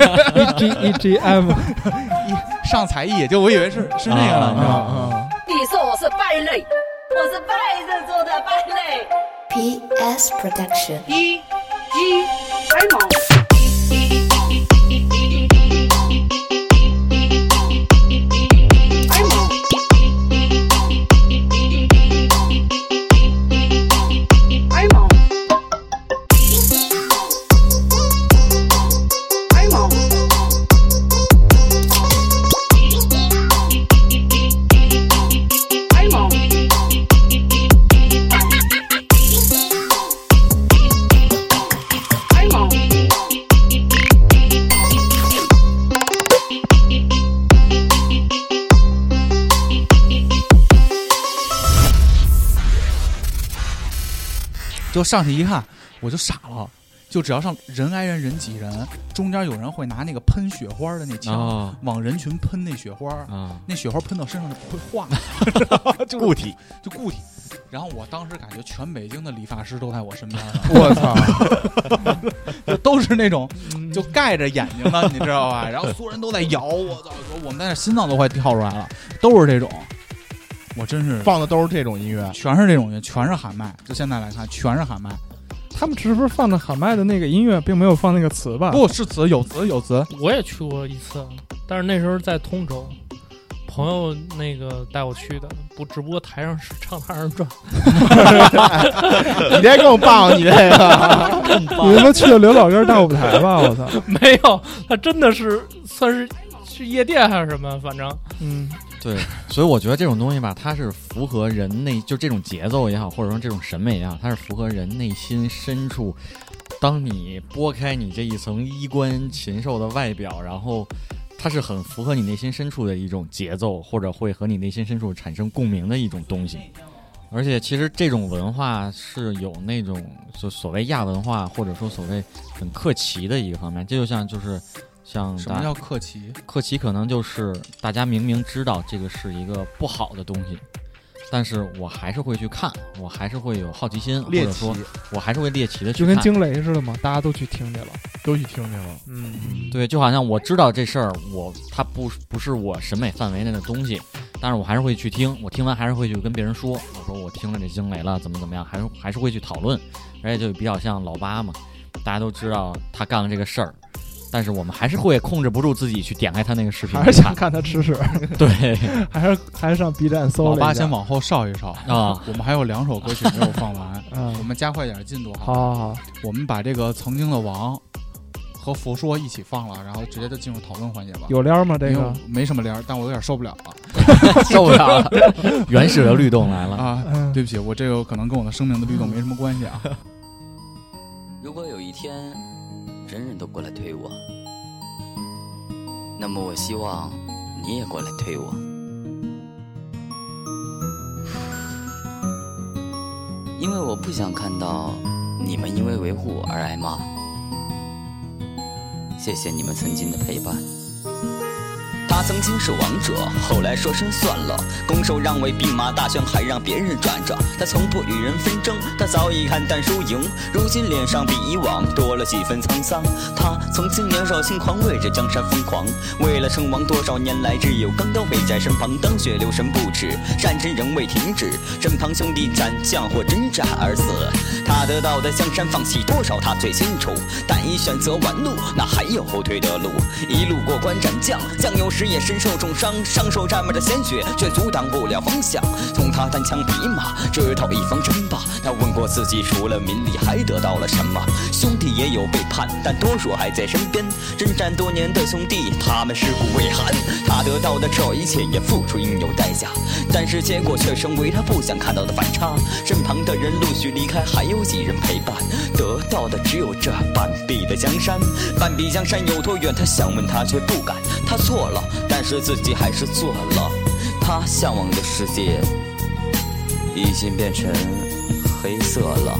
上才艺，就我以为是那个了，你知道吗？ 你说我是败类，我是败人做的败类。 PS Production EGM。 就上去一看，我就傻了。就只要上人挨人人挤人，中间有人会拿那个喷雪花的那枪，往人群喷那雪花，那雪花喷到身上就不会化，就固体。然后我当时感觉全北京的理发师都在我身边了， 我操， 都是那种就盖着眼睛的，你知道吧？然后所有人都在摇，我操！我们在那心脏都快跳出来了，都是这种。我真是放的都是这种音乐， 全是这种音乐，全是喊麦。就现在来看，全是喊麦。 他们是不是放的喊麦的那个音乐，并没有放那个词吧？ 不是词，有词。 我也去过一次，但是那时候在通州，朋友那个带我去的，只不过台上是唱台上转。 你这更棒，你这个， 你他妈去了刘老根大舞台吧？我操， 没有，他真的是算是去夜店还是什么，反正对，所以我觉得这种东西吧，它是符合人内，就这种节奏也好，或者说这种审美也好，它是符合人内心深处。当你拨开你这一层衣冠禽兽的外表，然后它是很符合你内心深处的一种节奏，或者会和你内心深处产生共鸣的一种东西。而且其实这种文化是有那种就所谓亚文化，或者说所谓很客奇的一个方面。这就像什么叫客奇？ 客奇可能就是大家明明知道这个是一个不好的东西，但是我还是会去看，我还是会有好奇心，或者说我还是会猎奇的去看。 就跟惊雷似的嘛，大家都去听去了。 对，就好像我知道这事儿，它不是我审美范围内的东西，但是我还是会去听，我听完还是会去跟别人说，我说我听了这惊雷了，怎么样，还是会去讨论。而且就比较像老八嘛，大家都知道他干了这个事儿，但是我们还是会控制不住自己去点开他那个视频， 还是想看他吃屎。 对， 还是上 B 站搜了一下。 老八先往后稍一稍啊，我们还有2首歌曲没有放完，我们加快点进度。 好， 我们把这个曾经的王和佛说一起放了，然后直接就进入讨论环节吧。 有帘吗？这个没什么帘，但我有点受不了了， 受不了了，原始的律动来了啊！对不起，我这个可能跟我的生命的律动没什么关系啊。 如果有一天人人都过来推我，那么我希望你也过来推我。因为我不想看到你们因为维护我而挨骂。谢谢你们曾经的陪伴。他他曾经是王者，后来说声算了，拱手让位，兵马大权还让别人转着。他从不与人纷争，他早已看淡输赢，如今脸上比以往多了几分沧桑。他曾经年少轻狂，为着江山疯狂，为了称王多少年来只有钢刀陪在身旁。当血流神不止，战争仍未停止，身旁兄弟战将或征战而死。他得到的江山放弃多少他最清楚，但已选择弯路，那还有后退的路。一路过关斩将，将有时也身受重伤，伤受战马的鲜血却阻挡不了方向。从他单枪匹马直透一方争霸，他问过自己除了名利还得到了什么？兄弟也有背叛，但多数还在身边。征战多年的兄弟，他们尸骨未寒。他得到的这一切也付出应有代价，但是结果却成为他不想看到的反差。身旁的人陆续离开，还有几人陪伴，得到的只有这半壁的江山。半壁江山有多远，他想问他却不敢。他错了，但是自己还是做了。他向往的世界已经变成黑色了。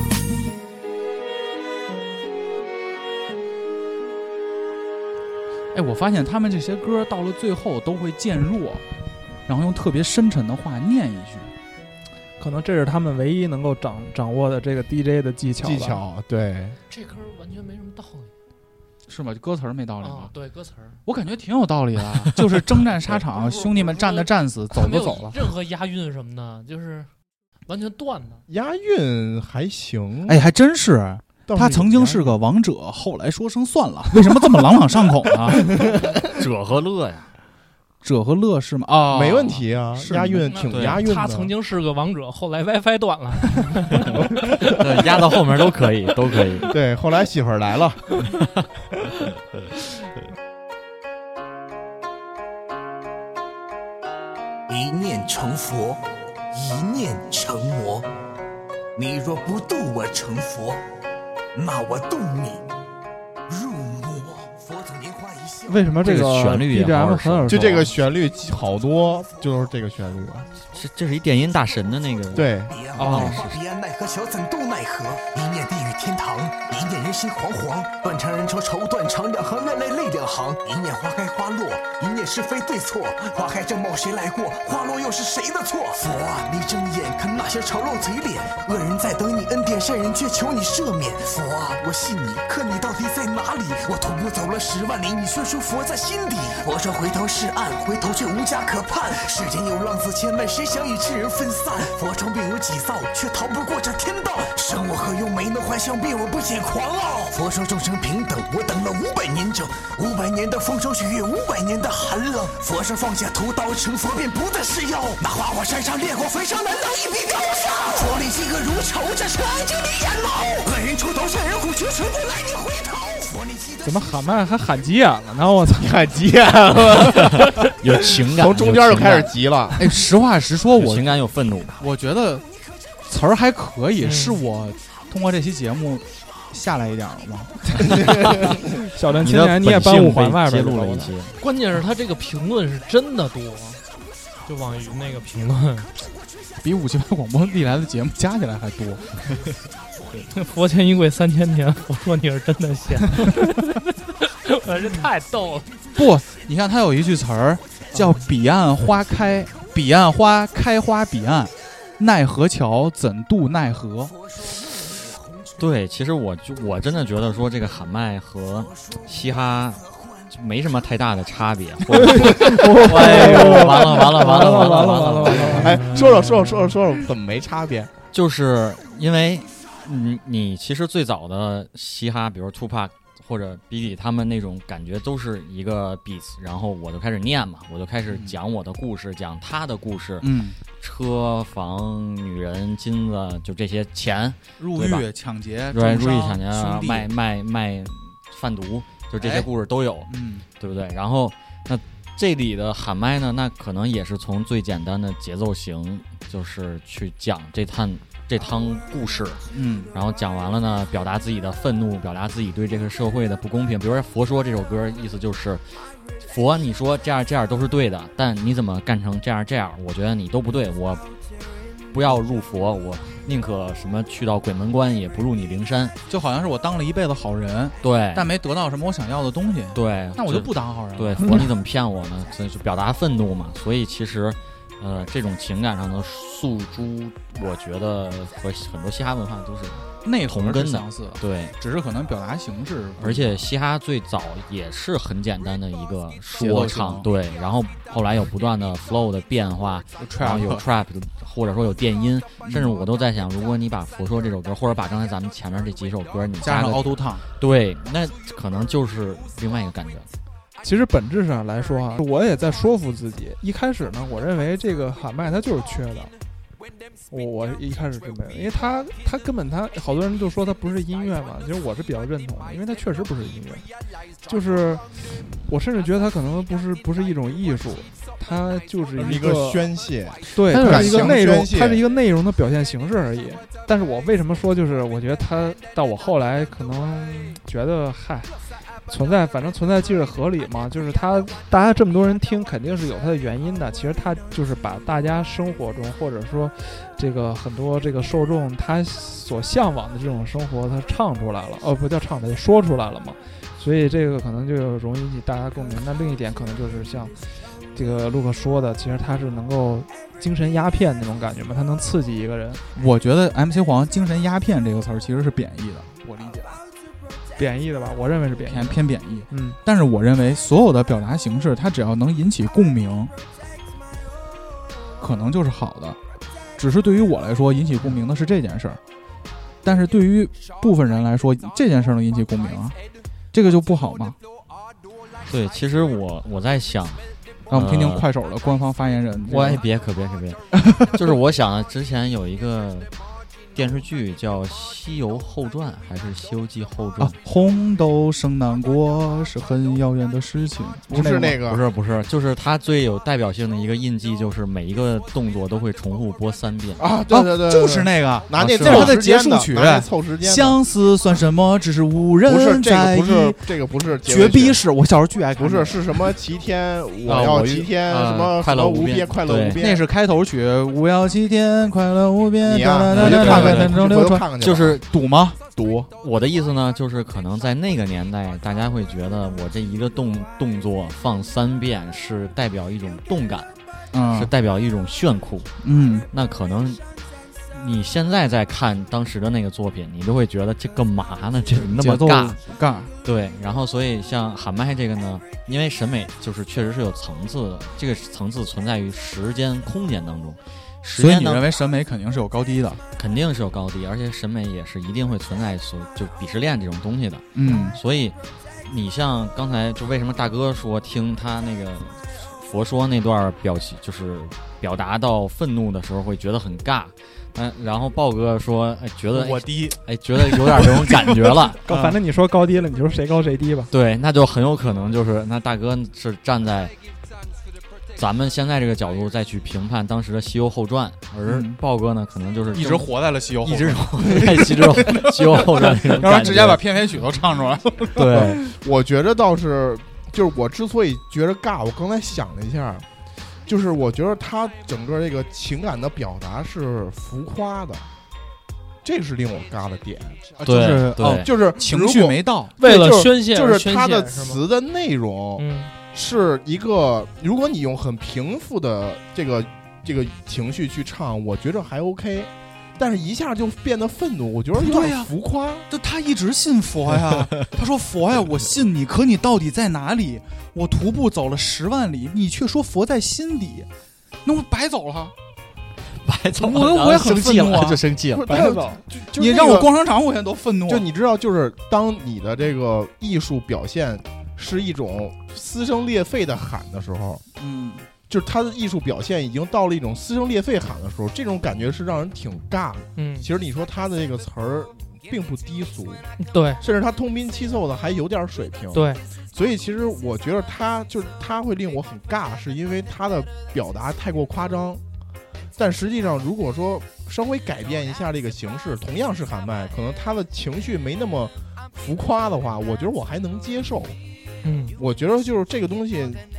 哎，我发现他们这些歌到了最后都会渐弱，然后用特别深沉的话念一句， 可能这是他们唯一能够掌握的这个 DJ 的技巧。 对， 这歌完全没什么道理， 是吗？歌词没道理吗？ 对，歌词我感觉挺有道理的，就是征战沙场，兄弟们战的战死，走的走了， 任何押韵什么的，就是完全断的。 押韵还行， 哎，还真是。他曾经是个王者，后来说声算了。为什么这么朗朗上口呢？ 者和乐呀， 者和乐是吗？啊， 没问题啊，押韵挺押韵的。 他曾经是个王者，后来 WiFi 断了， 压到后面都可以，都可以。 对，后来媳妇儿来了。 一念成佛，一念成魔。你若不渡我成佛，那我渡你入魔。佛祖年华一笑。 为什么这个旋律也好耳熟？ 就这个旋律好多，就是这个旋律啊。 这是一电音大神的那个。 对啊，彼岸奈何桥，怎渡奈何？一念地狱天堂，一念人心惶惶。断肠人愁愁断肠，两行热泪泪两行。一念花开花落，一念是非对错。花开正茂谁来过？花落又是谁的错？佛啊，你睁眼看那些丑陋嘴脸，恶人在等你恩典，善人却求你赦免。佛啊，我信你，可你到底在哪里？我徒步走了10万里，你却说佛在心底。佛说回头是岸，回头却无家可盼。世间有浪子千万，谁想与世人分散？佛中并有几造，却逃不过这天道。生我何用，没能幻想变我不显狂傲。佛说众生平等，我等了500年整，500年的丰收喜悦，500年的寒冷。佛说放下屠刀，成佛便不再是妖。那花果山上烈火焚烧，难道一笔勾销？佛里嫉恶如仇，这是爱情的眼眸。恶人出头，善人苦，却出不来你回头。 怎么喊麦还喊急眼了呢？我操， 喊急眼了， 有情感， 从中间就开始急了。 哎，实话实说，我情感有愤怒。 我觉得词儿还可以，是我通过这期节目下来一点了吗？ 小镇青年，你也搬5环外边揭露了一些。 关键是他这个评论是真的多，就网易那个评论比5780广播历来的节目加起来还多。 佛前一跪3000年，我说你是真的仙，这太逗了。 不，你看他有一句词儿叫“彼岸花开，彼岸花开花彼岸，奈何桥怎渡奈何”。 对，其实我真的觉得说这个喊麦和嘻哈没什么太大的差别。哎呦，完了！ 哎，说怎么没差别？ 就是因为你其实最早的嘻哈，比如 Tupac 或者 Biggie 他们那种感觉都是一个 beats， 然后我就开始念嘛，我就开始讲我的故事，讲他的故事，车房女人金子就这些钱， 入狱抢劫， 对，入狱抢劫，卖贩毒，就这些故事都有，对不对？然后那这里的喊麦呢，那可能也是从最简单的节奏型，就是去讲这趟故事，然后讲完了呢，表达自己的愤怒，表达自己对这个社会的不公平。比如说《佛说》这首歌，意思就是佛，你说这样都是对的，但你怎么干成这样？我觉得你都不对， 不要入佛，我宁可什么去到鬼门关也不入你灵山， 就好像是我当了一辈子好人， 对， 但没得到什么我想要的东西， 对， 那我就不当好人了。 对，佛你怎么骗我呢？所以就表达愤怒嘛。所以其实，这种情感上的诉诸，我觉得和很多嘻哈文化都是内同根的， 相似， 对， 只是可能表达形式。 而且嘻哈最早也是很简单的一个说唱，对，然后后来有不断的 flow 的变化，然后有 trap 或者说有电音，甚至我都在想，如果你把《佛说》这首歌，或者把刚才咱们前面这几首歌你加上 auto tune， 对，那可能就是另外一个感觉。 其实本质上来说啊，我也在说服自己。一开始呢，我认为这个喊麦它就是缺的。我一开始这么认为，因为他根本好多人就说他不是音乐嘛，其实我是比较认同的，因为他确实不是音乐，就是我甚至觉得他可能不是一种艺术，它就是一个宣泄， 对，它是一个内容，它是一个内容的表现形式而已。但是我为什么说就是我觉得他到我后来可能觉得反正存在即是合理嘛，就是大家这么多人听肯定是有它的原因的。其实他就是把大家生活中或者说这个很多这个受众他所向往的这种生活他唱出来了，不叫唱出来，就说出来了嘛。所以这个可能就容易引起大家共鸣。那另一点可能就是像这个陆克说的，其实他是能够精神鸦片那种感觉嘛，他能刺激一个人。 我觉得 MC 黄精神鸦片这个词儿其实是贬义的，我理解。 贬义的吧，我认为是偏贬义。但是我认为所有的表达形式，它只要能引起共鸣，可能就是好的。只是对于我来说，引起共鸣的是这件事儿，但是对于部分人来说，这件事儿能引起共鸣啊，这个就不好吗？ 对，其实我在想， 让我们听听快手的官方发言人。 别，就是我想之前有一个电视剧叫《西游后传》还是《西游记后传》 红豆生南国是很遥远的事情， 不是那个， 不是，就是它最有代表性的一个印记，就是每一个动作都会重复播3遍啊！对， 就是那个拿那它的结束曲， 凑时间。 相思算什么？只是无人在意。 这个不是绝逼是我小时候巨爱看， 不是是什么齐天，我要齐天什么快乐无边，快乐无边， 那是开头曲，我要齐天，快乐无边。 你啊， 就是赌吗？ 赌。 我的意思呢，就是可能在那个年代，大家会觉得我这一个动作放3遍是代表一种动感，是代表一种炫酷。那可能你现在在看当时的那个作品，你就会觉得这干嘛呢？这那么尬。 对，然后所以像喊麦这个呢，因为审美就是确实是有层次的，这个层次存在于时间空间当中。 所以你认为审美肯定是有高低的？ 肯定是有高低，而且审美也是一定会存在就鄙视链这种东西的。所以你像刚才就为什么大哥说听他那个佛说那段表情，就是表达到愤怒的时候会觉得很尬。然后豹哥说，觉得我低， 觉得有点这种感觉了。 反正你说高低了，你说谁高谁低吧。 对，那就很有可能就是那大哥是站在咱们现在这个角度再去评判当时的《西游后传》，而豹哥呢，可能就是一直活在了《西游后传》， 一直活在《西游后传》那种感觉， 要不然直接把片尾曲都唱出来了。 对， 我觉得倒是，就是我之所以觉得尬，我刚才想了一下，就是我觉得他整个这个情感的表达是浮夸的，这是令我尬的点。就是情绪没到， 为了宣泄， 就是他的词的内容。是一个，如果你用很平复的这个情绪去唱，我觉得还 OK， 但是一下就变得愤怒，我觉得有点浮夸。 就他一直信佛呀，他说佛呀，我信你，可你到底在哪里？我徒步走了10万里，你却说佛在心底，那我白走了。我也很愤怒啊， 就生气了。 白走， 你让我逛商场，我现在都愤怒。 就你知道，就是当你的这个艺术表现是一种撕声裂肺的喊的时候，就是他的艺术表现已经到了一种撕声裂肺喊的时候，这种感觉是让人挺尬的。其实你说他的这个词儿并不低俗， 对， 甚至他通拼七凑的还有点水平， 对。 所以其实我觉得他会令我很尬，是因为他的表达太过夸张。但实际上，如果说稍微改变一下这个形式，同样是喊麦，可能他的情绪没那么浮夸的话，我觉得我还能接受。我觉得就是这个东西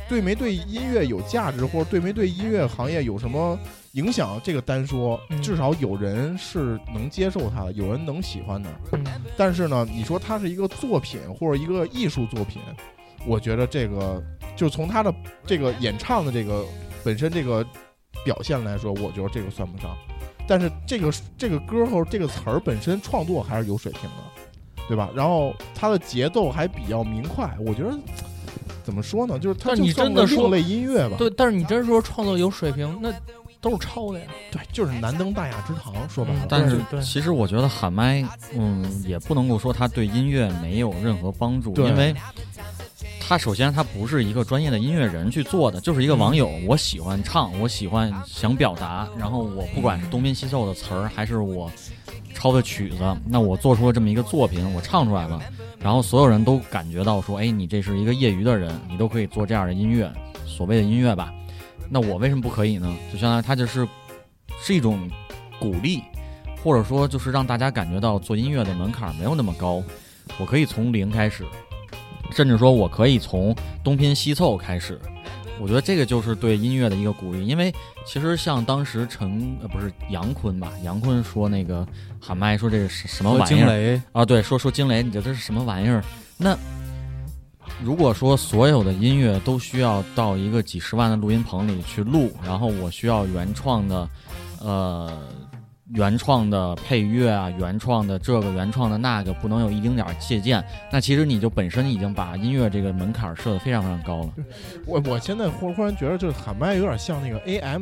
对没对音乐有价值，或者对没对音乐行业有什么影响，这个单说，至少有人是能接受它的，有人能喜欢的。但是呢，你说它是一个作品或者一个艺术作品，我觉得这个就从他的这个演唱的这个本身这个表现来说，我觉得这个算不上。但是这个歌或者这个词儿本身创作还是有水平的，对吧？然后它的节奏还比较明快，我觉得怎么说呢？就是它就算个另类音乐吧。 对，但是你真说创作有水平，那都是抄的呀。 对，就是难登大雅之堂，说白了。 但是其实我觉得喊麦，也不能够说它对音乐没有任何帮助，因为他首先他不是一个专业的音乐人去做的，就是一个网友，我喜欢唱，我喜欢想表达，然后我不管是东拼西凑的词儿，还是我抄的曲子，那我做出了这么一个作品，我唱出来了，然后所有人都感觉到说，哎，你这是一个业余的人，你都可以做这样的音乐，所谓的音乐吧，那我为什么不可以呢？就相当于他就是一种鼓励，或者说就是让大家感觉到做音乐的门槛没有那么高，我可以从零开始，甚至说我可以从东拼西凑开始，我觉得这个就是对音乐的一个鼓励。因为其实像当时不是杨坤吧，杨坤说那个喊麦说这个什么玩意儿，惊雷啊，对，说惊雷，你觉得这是什么玩意儿？那如果说所有的音乐都需要到一个几十万的录音棚里去录，然后我需要原创的配乐啊，原创的这个原创的那个，不能有一丁点借鉴，那其实你就本身已经把音乐这个门槛设得非常非常高了。 我现在忽然觉得这喊麦有点像那个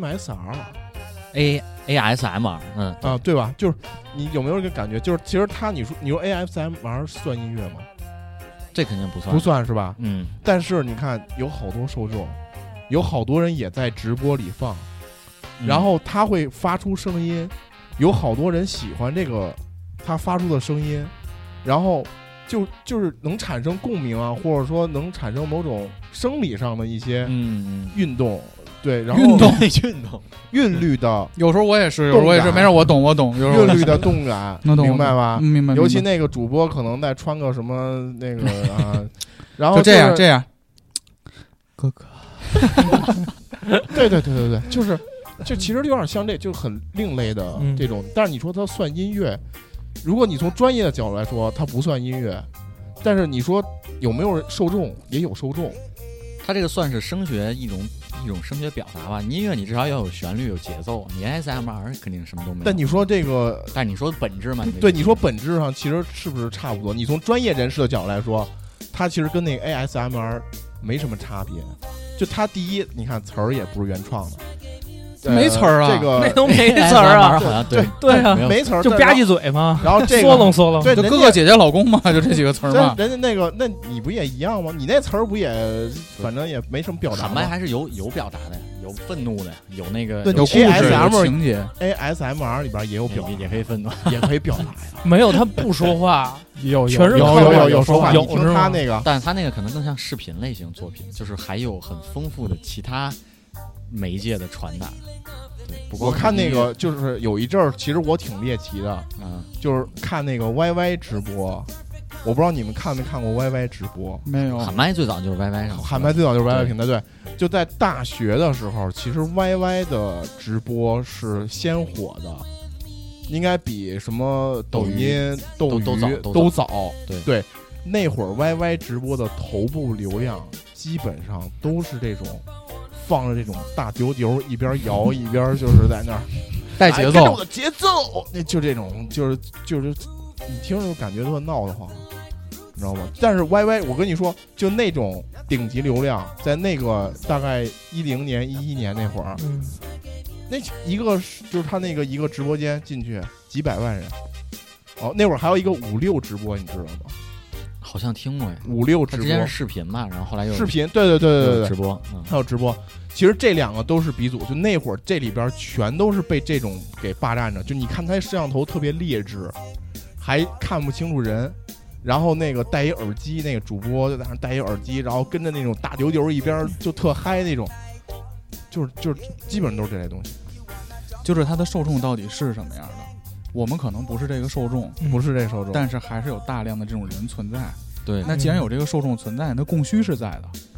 ASMR， 对吧？就是你有没有一个感觉，就是其实你说 ASMR 算音乐吗？ 这肯定不算， 不算是吧？但是你看有好多受众，有好多人也在直播里放，然后他会发出声音。有好多人喜欢这个他发出的声音，然后就是能产生共鸣啊，或者说能产生某种生理上的一些运动，对，然后韵律的， 有时候我也是，没事，我懂， 韵律的动感，明白吧？ 明白。 尤其那个主播可能在穿个什么那个啊，然后就这样，哥哥， 对，就其实有点像就很另类的这种，但是你说它算音乐，如果你从专业的角度来说，它不算音乐，但是你说有没有受众，也有受众， 它这个算是声学一种声学表达吧。音乐你至少要有旋律有节奏，你 ASMR 肯定什么都没有。 但你说这个， 但你说本质嘛， 对，你说本质上其实是不是差不多？你从专业人士的角度来说，它其实跟那个 ASMR 没什么差别。就它第一，你看词儿也不是原创的。 没词儿啊， 这个那都没词儿啊， 对啊，没词儿， 就吧唧嘴嘛。 然后这个嗦楞， 对， 哥哥姐姐老公嘛，就这几个词儿嘛。 人家那个，那你不也一样吗？你那词儿不也，反正也没什么表达。 喊麦还是有表达的，有愤怒的，有那个有故事、有情节。 ASMR 里边也有表达， 也可以愤怒， 也可以表达呀。 没有，他不说话，全是有说话。 有你听他那个， 但他那个可能更像视频类型作品，就是还有很丰富的其他媒介的传达。 我看那个就是有一阵儿，其实我挺猎奇的，就是看那个 YY 直播，我不知道你们看没看过 YY 直播？ 没有。 喊麦最早就是 YY 上， 喊麦最早就是 YY 平台，对，就在大学的时候，其实 YY 的直播是先火的，应该比什么抖音、斗鱼都早。对，那会儿 YY 直播的头部流量基本上都是这种。放着这种大丢丢，一边摇一边就是在那儿带节奏， 我的节奏，那就这种，就是你听着感觉特闹得慌，你知道吗？但是 YY， 我跟你说，就那种顶级流量，在那个大概10年、11年那会儿，那一个就是他那个一个直播间进去几百万人，哦，那会儿还有一个56直播，你知道吗？ 好像听过呀 ，56直播，之前是视频嘛，然后后来又视频，对， 直播， 还有直播。其实这两个都是鼻祖，就那会儿这里边全都是被这种给霸占着。就你看他摄像头特别劣质，还看不清楚人，然后那个戴一耳机，那个主播就在那戴一耳机，然后跟着那种大丢丢一边就特嗨那种，就是基本上都是这类东西。 就是他的受众到底是什么样的？我们可能不是这个受众， 不是这受众， 但是还是有大量的这种人存在。 对， 那既然有这个受众存在，那供需是在的。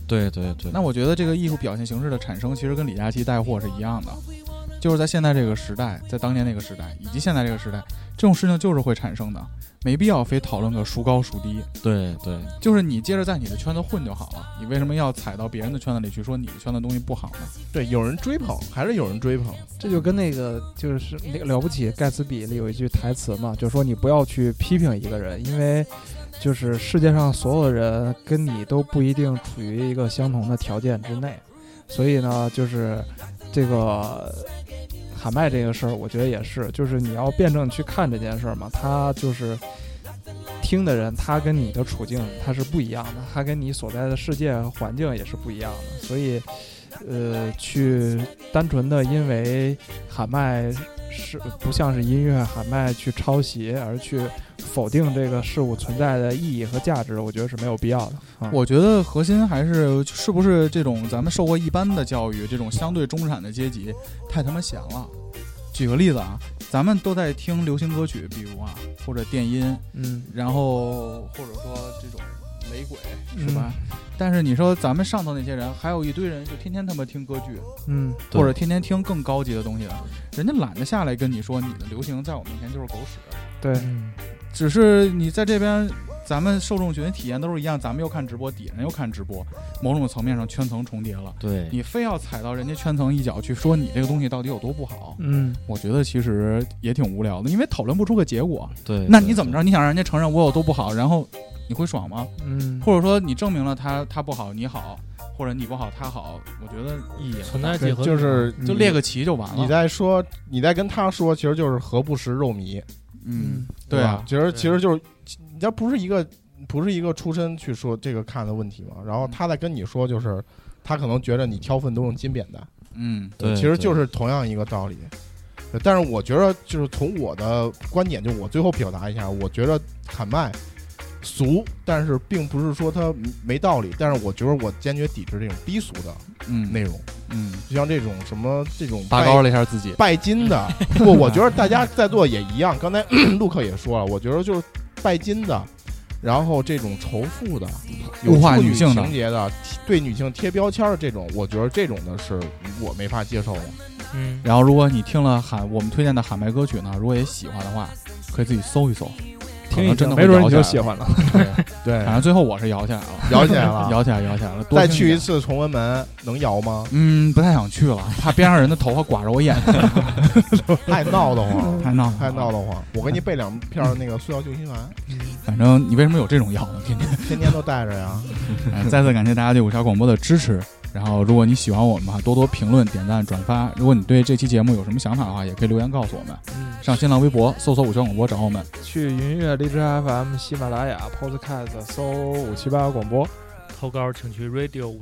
对对对。 那我觉得这个艺术表现形式的产生，其实跟李佳琦带货是一样的，就是在现在这个时代，在当年那个时代，以及现在这个时代，这种事情就是会产生的，没必要非讨论个孰高孰低。 对对， 就是你接着在你的圈子混就好了，你为什么要踩到别人的圈子里去说你的圈子东西不好呢？ 对，有人追捧，还是有人追捧。 这就跟那个就是那个了不起盖茨比里有一句台词嘛，就是说你不要去批评一个人，因为就是世界上所有的人跟你都不一定处于一个相同的条件之内，所以呢，就是这个喊麦这个事儿，我觉得也是，就是你要辩证去看这件事儿嘛，他就是听的人，他跟你的处境他是不一样的，他跟你所在的世界环境也是不一样的，所以去单纯的因为喊麦是不像是音乐喊麦去抄袭而去否定这个事物存在的意义和价值，我觉得是没有必要的。 我觉得核心还是不是这种咱们受过一般的教育，这种相对中产的阶级太他妈闲了。举个例子啊，咱们都在听流行歌曲，比如啊，或者电音，然后或者说这种雷鬼，是吧？但是你说咱们上头那些人，还有一堆人就天天他妈听歌剧，或者天天听更高级的东西的，人家懒得下来跟你说你的流行在我面前就是狗屎。 对， 只是你在这边，咱们受众群体验都是一样，咱们又看直播，底下人又看直播，某种层面上圈层重叠了。 对， 你非要踩到人家圈层一脚去说你这个东西到底有多不好，我觉得其实也挺无聊的，因为讨论不出个结果。 对， 那你怎么着？你想让人家承认我有多不好，然后你会爽吗？或者说你证明了他不好你好，或者你不好他好，我觉得意义存在结合， 就列个旗就完了。 你在跟他说，其实就是何不食肉糜。 对啊， 其实就是你这不是一个出身去说这个看的问题嘛，然后他在跟你说，就是他可能觉得你挑粪都用金扁担， 对， 其实就是同样一个道理。但是我觉得就是从我的观点，就我最后表达一下，我觉得喊麦俗，但是并不是说它没道理，但是我觉得我坚决抵制这种低俗的内容，就像这种什么这种拔高了一下自己拜金的，不，我觉得大家在座也一样，刚才陆克也说了，我觉得就是拜金的，然后这种仇富的、 物化女性情节的、对女性贴标签的这种，我觉得这种的是我没法接受的。 然后如果你听了我们推荐的喊麦歌曲呢，如果也喜欢的话，可以自己搜一搜。 听一真的没准你就喜欢了。 对， 反正最后我是摇起来了， 摇起来了， 摇起来了。 再去一次崇文门，能摇吗？ 不太想去了，怕边上人的头发刮着我眼睛， 太闹得慌， 太闹得慌。我给你备2片那个塑料救心丸。 反正你为什么有这种药呢？ 天天都带着呀。 再次感谢大家对武侠广播的支持。然后，如果你喜欢我们，多多评论、点赞、转发。如果你对这期节目有什么想法的话，也可以留言告诉我们。上新浪微博搜索武侠广播找我们。 去云乐、荔枝 FM、喜马拉雅、Podcast 搜578广播。 投稿请去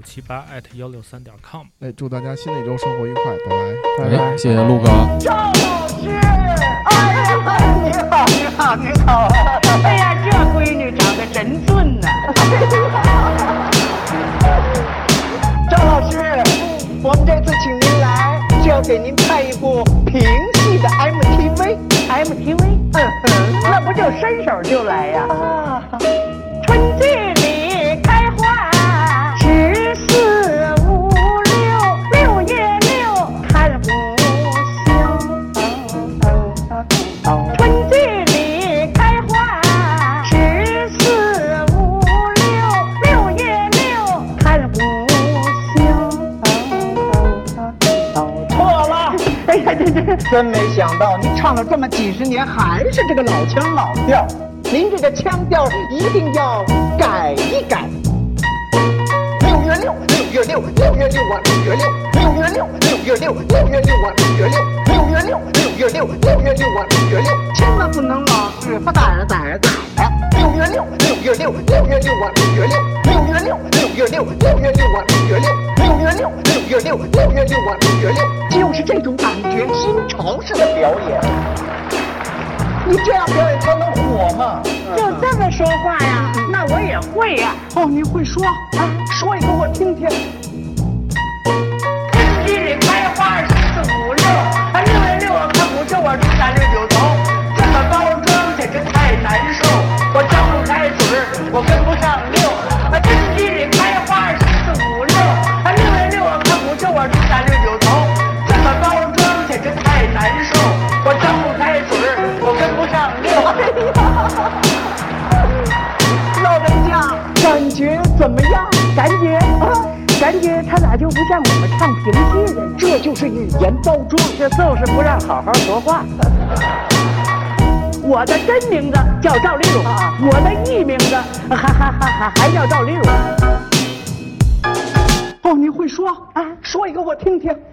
radio578@163.com。 祝大家新的一周生活愉快，拜拜。谢谢陆哥。 赵老师，哎呀，你好！哎呀，这闺女长得真俊呐！赵老师，我们这次请您来，就要给您拍一部评戏的 MTV。那不就伸手就来呀？春季里开花，14、5、6，6月6看不休。春季里开花，14、5、6，6月6看不休。错了，哎呀，真没想到，您唱了这么几十年，还是这个老腔老调。您这个腔调一定要改一改。6月6啊，6月6，6月6啊，6月6，6月6啊，6月6，千万不能老是不打着6月6，6月6，6月6啊，6月6，6月6啊，6月6，就是这种感觉，新潮式的表演。你这样表演才能火嘛！就这么说话呀？那我也会呀。哦，你会说啊？说一个我听听。春季里开花14、5、6，6月6看不休，我出山6、9头，这么包装简直太难受。我张不开嘴，我跟不上溜。春季里开花14、5、 家他咋就不像我们唱评戏的呢？这就是语言包装，这就是不让好好说话。我的真名字叫赵丽蓉，我的艺名字还叫赵丽蓉。哦，你会说啊？说一个我听听。